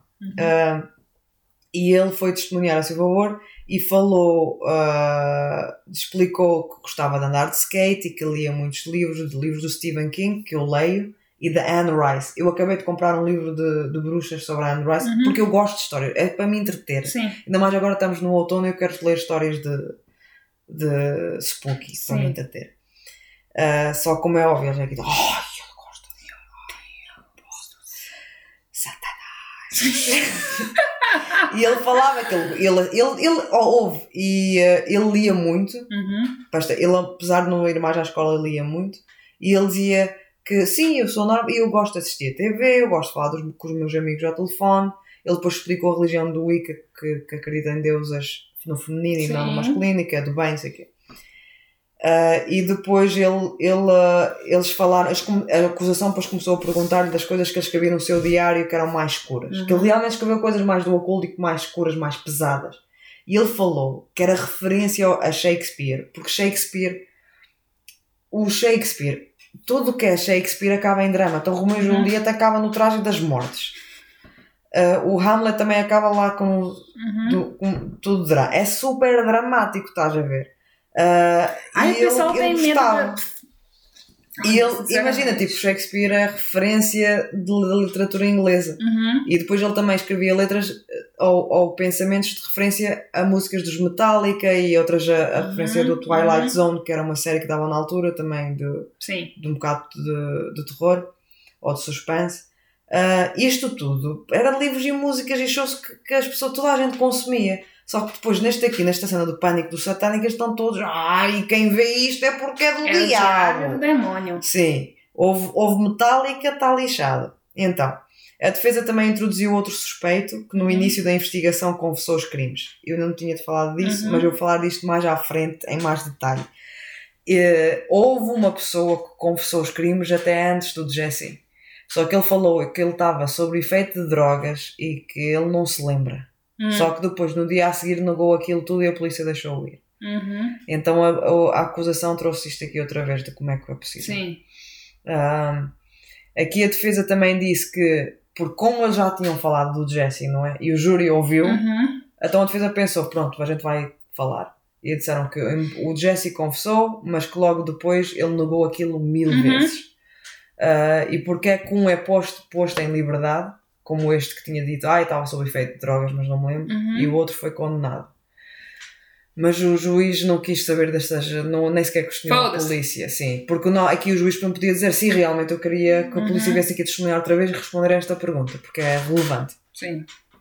E ele foi testemunhar a seu favor e falou, explicou que gostava de andar de skate e que lia muitos livros do Stephen King, que eu leio, e da Anne Rice. Eu acabei de comprar um livro de bruxas sobre a Anne Rice porque eu gosto de histórias, é para me entreter. Sim. Ainda mais agora estamos no outono e eu quero ler histórias de spooky para me entreter. Só como é óbvio, ele gosta de Satanás. E ele falava que ele ouve e ele lia muito. Ele, apesar de não ir mais à escola, ele lia muito. E ele dizia que sim, eu sou normal e eu gosto de assistir a TV, eu gosto de falar com os meus amigos ao telefone. Ele depois explicou a religião do Wicca, que acredita em deusas no feminino e não no masculino, que é do bem, não sei o quê. E depois eles falaram, a acusação depois começou a perguntar-lhe das coisas que ele escrevia no seu diário que eram mais escuras. Que ele realmente escreveu coisas mais do oculto e mais escuras, mais pesadas. E ele falou que era referência a Shakespeare, porque tudo o que é Shakespeare acaba em drama. Então Romeu e Julieta acaba no trágico das mortes. O Hamlet também acaba lá com tudo drama. É super dramático, estás a ver? O pessoal tem medo e ele, imagina, tipo, Shakespeare é referência da literatura inglesa e depois ele também escrevia letras ou pensamentos de referência a músicas dos Metallica e outras a referência do Twilight Zone, que era uma série que dava na altura também de um bocado de terror ou de suspense. Isto tudo era livros e músicas e shows que as pessoas, toda a gente consumia. Só que depois nesta cena do pânico do satânico, estão todos, e quem vê isto é porque é do diabo. É do demónio. Sim, houve Metallica, está lixado. Então, a defesa também introduziu outro suspeito que no início da investigação confessou os crimes. Eu não tinha falado disso, mas eu vou falar disto mais à frente, em mais detalhe. Houve uma pessoa que confessou os crimes até antes do Jesse. Só que ele falou que ele estava sob efeito de drogas e que ele não se lembra. Só que depois, no dia a seguir, negou aquilo tudo e a polícia deixou-o ir. Então a acusação trouxe isto aqui outra vez de como é que é possível. Sim. Aqui a defesa também disse que, porque como eles já tinham falado do Jesse, não é? E o júri ouviu, então a defesa pensou, pronto, a gente vai falar. E disseram que o Jesse confessou, mas que logo depois ele negou aquilo 1000 vezes. E porque é que um é posto em liberdade, como este que tinha dito, estava sob efeito de drogas, mas não me lembro, e o outro foi condenado. Mas o juiz não quis saber destas, nem sequer questionou a polícia, sim, porque aqui o juiz não podia dizer, sim, realmente eu queria que a polícia viesse aqui testemunhar outra vez e responder a esta pergunta, porque é relevante. Sim.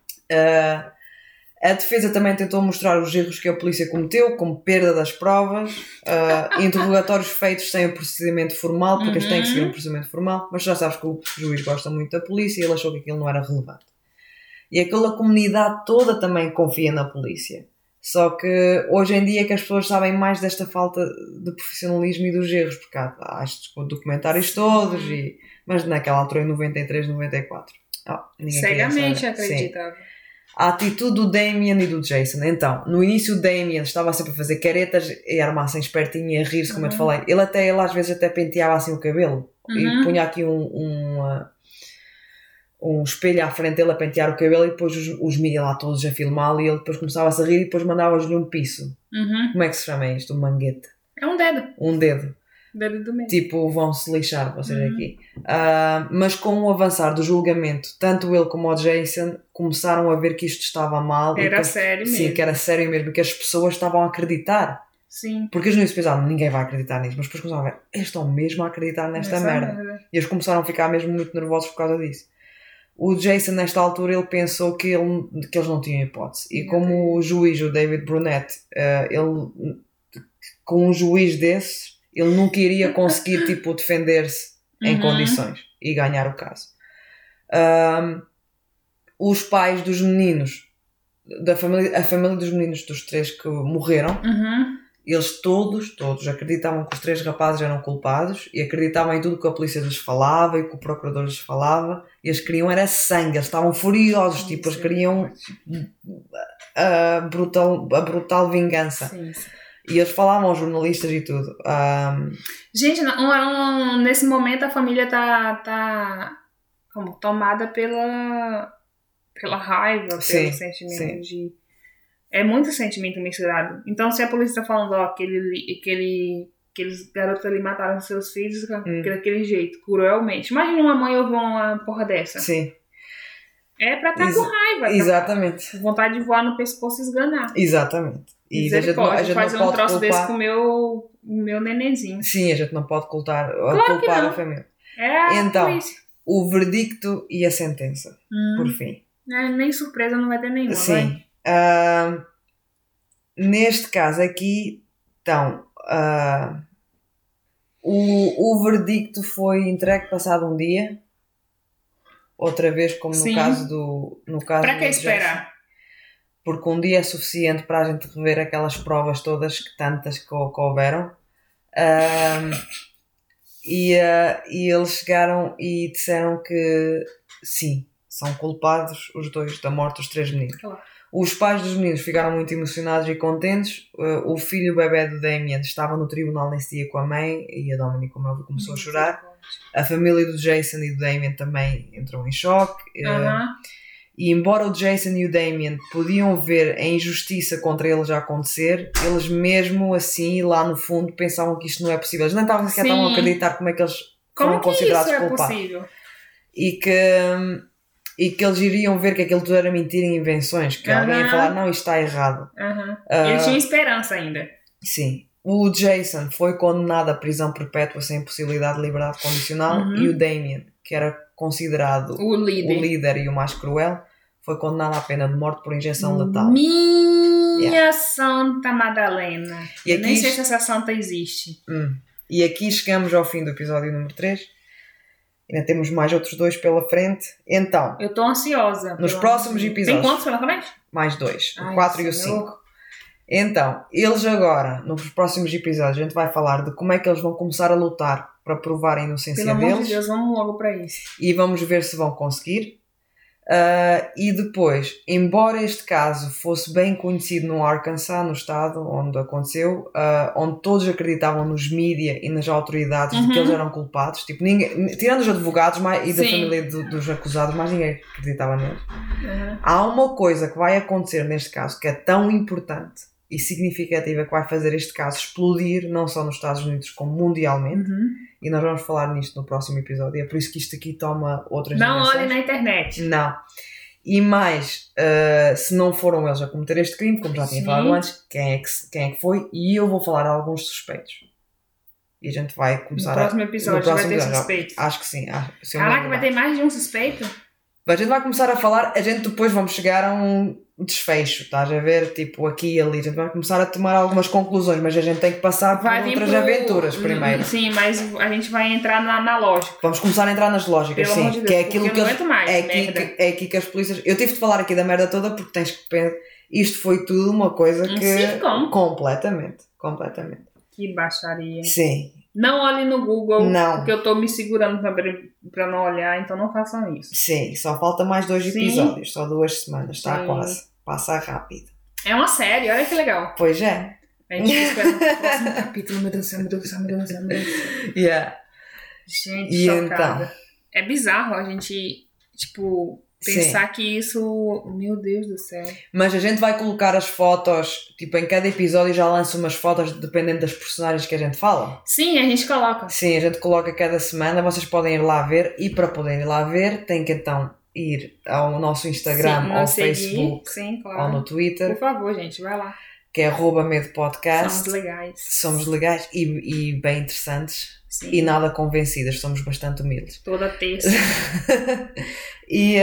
A defesa também tentou mostrar os erros que a polícia cometeu, como perda das provas, interrogatórios feitos sem o procedimento formal, porque eles têm que seguir um procedimento formal, mas já sabes que o juiz gosta muito da polícia e ele achou que aquilo não era relevante. E aquela comunidade toda também confia na polícia. Só que hoje em dia é que as pessoas sabem mais desta falta de profissionalismo e dos erros, porque há estes documentários todos e Mas naquela altura, em 93, 94. Cegamente acreditava. A atitude do Damien e do Jason. Então, no início o Damien estava sempre a fazer caretas e armar-se espertinho e a rir-se, como eu te falei. Ele às vezes até penteava assim o cabelo. E punha aqui um espelho à frente dele a pentear o cabelo e depois os mídia lá todos a filmá-lo e ele depois começava-se a rir e depois mandava-lhe um piso. Como é que se chama isto? Um manguete. É um dedo. Um dedo. Dedo do meio. Tipo, vão-se lixar vocês aqui. Mas com o avançar do julgamento, tanto ele como o Jason começaram a ver que isto estava mal. Era sério mesmo. Sim, que era sério mesmo, que as pessoas estavam a acreditar. Sim. Porque eles no início pensavam, ninguém vai acreditar nisso, mas depois começaram a ver, eles estão mesmo a acreditar nesta merda. E eles começaram a ficar mesmo muito nervosos por causa disso. O Jason, nesta altura, ele pensou que eles não tinham hipótese. E como o juiz, o David Brunette, ele, com um juiz desses, ele nunca iria conseguir tipo, defender-se em condições e ganhar o caso. Os pais dos meninos, a família dos meninos dos 3 que morreram, eles todos acreditavam que os 3 rapazes eram culpados e acreditavam em tudo que a polícia lhes falava e que o procurador lhes falava. E eles queriam era sangue, eles estavam furiosos, tipo, eles queriam a brutal vingança. Sim. E eles falavam aos jornalistas e tudo. Gente, nesse momento a família tá como, tomada pela raiva, pelo sentimento de... É muito sentimento misturado. Então, se a polícia tá falando, aqueles garotos ali mataram seus filhos daquele jeito, cruelmente. Imagina uma mãe ouvir uma porra dessa. Sim. É pra estar com raiva. Exatamente. Vontade de voar no pescoço e esganar. Exatamente. E a gente fazer não um troço culpar... desse com o meu nenenzinho. Sim, a gente não pode culpar a família. Então, o verdicto e a sentença, por fim. Nem surpresa não vai ter nenhuma. Sim. Neste caso aqui, então, o verdicto foi entregue passado um dia. Outra vez, como no caso do... Para que esperar? Porque um dia é suficiente para a gente rever aquelas provas todas, tantas que houveram. E eles chegaram e disseram que sim, são culpados os 2 da morte dos 3 meninos. Claro. Os pais dos meninos ficaram muito emocionados e contentes. O filho, o bebê do Damien, estava no tribunal nesse dia com a mãe e a Dominic, como eu vi, começou a chorar. A família do Jason e do Damien também entrou em choque. E embora o Jason e o Damien podiam ver a injustiça contra eles a acontecer, eles mesmo assim, lá no fundo, pensavam que isto não é possível. Eles nem estavam a acreditar como é que eles foram considerados culpados. Possível? E que eles iriam ver que aquilo tudo era mentira e invenções, que alguém ia falar, não, isto está errado. Eles tinham esperança ainda. Sim. O Jason foi condenado à prisão perpétua sem possibilidade de liberdade condicional e o Damien, que era considerado o líder e o mais cruel, foi condenado à pena de morte por injeção letal. Minha Santa Madalena. Eu nem sei se essa santa existe. E aqui chegamos ao fim do episódio número 3. Ainda temos mais outros 2 pela frente. Então, eu estou ansiosa. Nos próximos episódios. Tem quantos pela frente? Mais 2. O 4 e o 5. Então, eles agora, nos próximos episódios, a gente vai falar de como é que eles vão começar a lutar para provar a inocência deles. Pelo amor de Deus, vamos logo para isso. E vamos ver se vão conseguir. E depois, embora este caso fosse bem conhecido no Arkansas, no estado onde aconteceu, onde todos acreditavam nos mídia e nas autoridades de que eles eram culpados, tipo, ninguém, tirando os advogados e da família dos acusados, mais ninguém acreditava neles. Há uma coisa que vai acontecer neste caso que é tão importante e significativa, que vai fazer este caso explodir não só nos Estados Unidos como mundialmente, e nós vamos falar nisto no próximo episódio. É por isso que isto aqui toma outras dimensões. Não olhem na internet. Não. E mais, se não foram eles a cometer este crime, como já tinha falado antes, quem é que foi? E eu vou falar de alguns suspeitos. E a gente vai começar no próximo episódio vai ter suspeito. Acho que sim. Caraca, vai ter mais de um suspeito? A gente vai começar a falar, a gente depois vamos chegar a um desfecho, estás a ver? Tipo, aqui e ali, a gente vai começar a tomar algumas conclusões, mas a gente tem que passar por outras aventuras primeiro. Sim, mas a gente vai entrar na lógica. Vamos começar a entrar nas lógicas, pelo sim. De Deus, que é aquilo que é aqui que as polícias... Eu tive de falar aqui da merda toda porque tens que pensar... Isto foi tudo uma coisa que... Sitcom. Completamente. Que baixaria. Sim. Não olhem no Google, não. Porque eu tô me segurando pra não olhar, então não façam isso. Sim, só falta mais 2 episódios, só 2 semanas, está quase. Passa rápido. É uma série, olha que legal. Pois é. A gente espera no próximo capítulo, meu Deus do céu. Yeah. Gente, chocada. Então? É bizarro a gente, tipo... Pensar que isso... Meu Deus do céu. Mas a gente vai colocar as fotos... Tipo, em cada episódio já lança umas fotos dependendo das personagens que a gente fala. Sim, a gente coloca. Sim, a gente coloca cada semana. Vocês podem ir lá ver. E para poderem ir lá ver, tem que então ir ao nosso Instagram, ao Facebook, claro. ou no Twitter. Por favor, gente, vai lá. Que é @medopodcast. Somos legais e bem interessantes. Sim. E nada convencidas, somos bastante humildes. Toda terça. e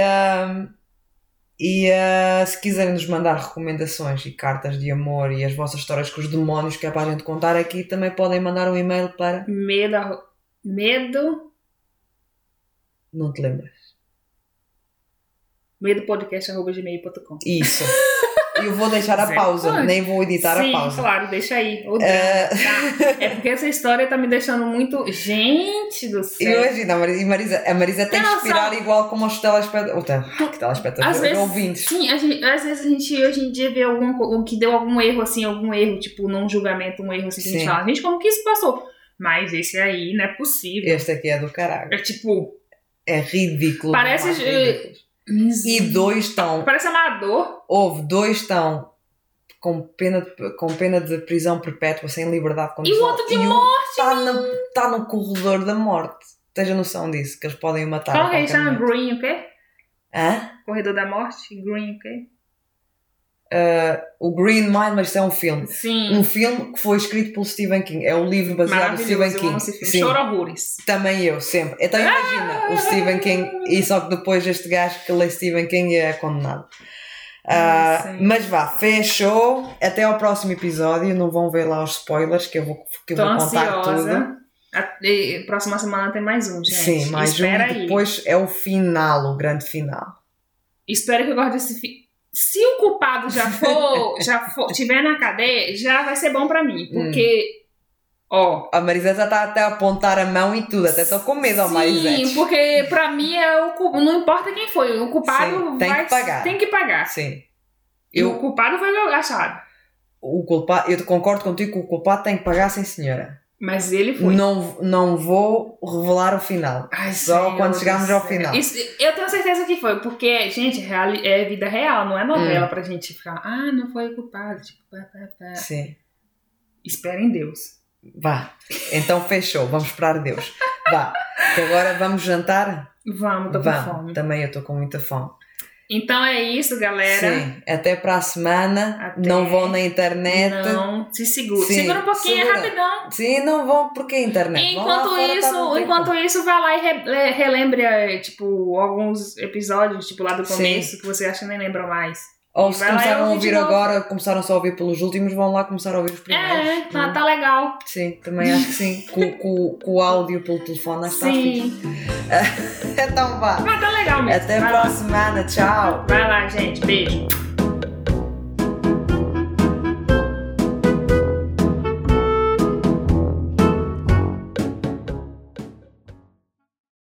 se quiserem nos mandar recomendações e cartas de amor e as vossas histórias com os demónios que é para a gente contar aqui, também podem mandar um e-mail para... Medo... Não te lembras? medopodcast@gmail.com. Isso. Eu vou deixar a pausa, nem vou editar a pausa. Sim, claro, deixa aí. É porque essa história tá me deixando muito... Gente do céu. Imagina, a Marisa tem que respirar igual como os telespectadores ouvintes. Sim, às vezes a gente hoje em dia vê que deu algum erro, tipo, num julgamento, um erro assim, que a gente fala, gente, como que isso passou? Mas esse aí não é possível. Este aqui é do caralho. É tipo... É ridículo. Parece... E 2 estão... Parece amador. 2 estão com pena de prisão perpétua, sem liberdade condicional. E o outro de morte. Está no corredor da morte. Tens a noção disso, que eles podem o matar. Qual é isso? Green o quê? Hã? Corredor da morte? Green o quê? O Green Mile, mas isso é um filme. Sim. Um filme que foi escrito pelo Stephen King. É um livro baseado no Stephen King. Sim. Choro horrores. Também eu, sempre. Então imagina o Stephen King e só que depois este gajo que lê Stephen King é condenado. Mas vá, fechou. Até ao próximo episódio. Não vão ver lá os spoilers que eu vou contar tudo. Próxima semana tem mais um, gente. Sim, mais Espera um. Aí. Depois é o final, o grande final. Espero que eu goste desse filme. Se o culpado já for tiver na cadeia, já vai ser bom pra mim. Porque, a Marisa já tá até a apontar a mão e tudo. Até tô com medo, Marisete. Sim, porque pra mim não importa quem foi. O culpado tem que pagar. Sim. O culpado foi agachado. Eu concordo contigo que o culpado tem que pagar, sim senhora. Mas ele foi. Não vou revelar o final. Só quando chegarmos ao final. Isso, eu tenho certeza que foi, porque, gente, é vida real, não é novela pra gente ficar, não foi culpado. Tipo, Sim. Espera em Deus. Vá. Então fechou. Vamos esperar Deus. Vá. Que agora vamos jantar? Vamos, tô com fome. Também eu tô com muita fome. Então é isso, galera. Sim, até para a semana. Não vão na internet. Não, se segura. Segura um pouquinho, é rapidão. Sim, não vão porque a internet. Enquanto isso, vai lá e relembre, tipo, alguns episódios, tipo, lá do começo, que você acha que nem lembra mais. Ou se começaram a ouvir agora, começaram só a ouvir pelos últimos, vão lá começar a ouvir os primeiros. Tá legal. Sim, também acho que sim. com o áudio pelo telefone, acho que está fixe. Então vá. Mas tá legal mesmo. Até a próxima semana. Tchau. Vai lá, gente. Beijo.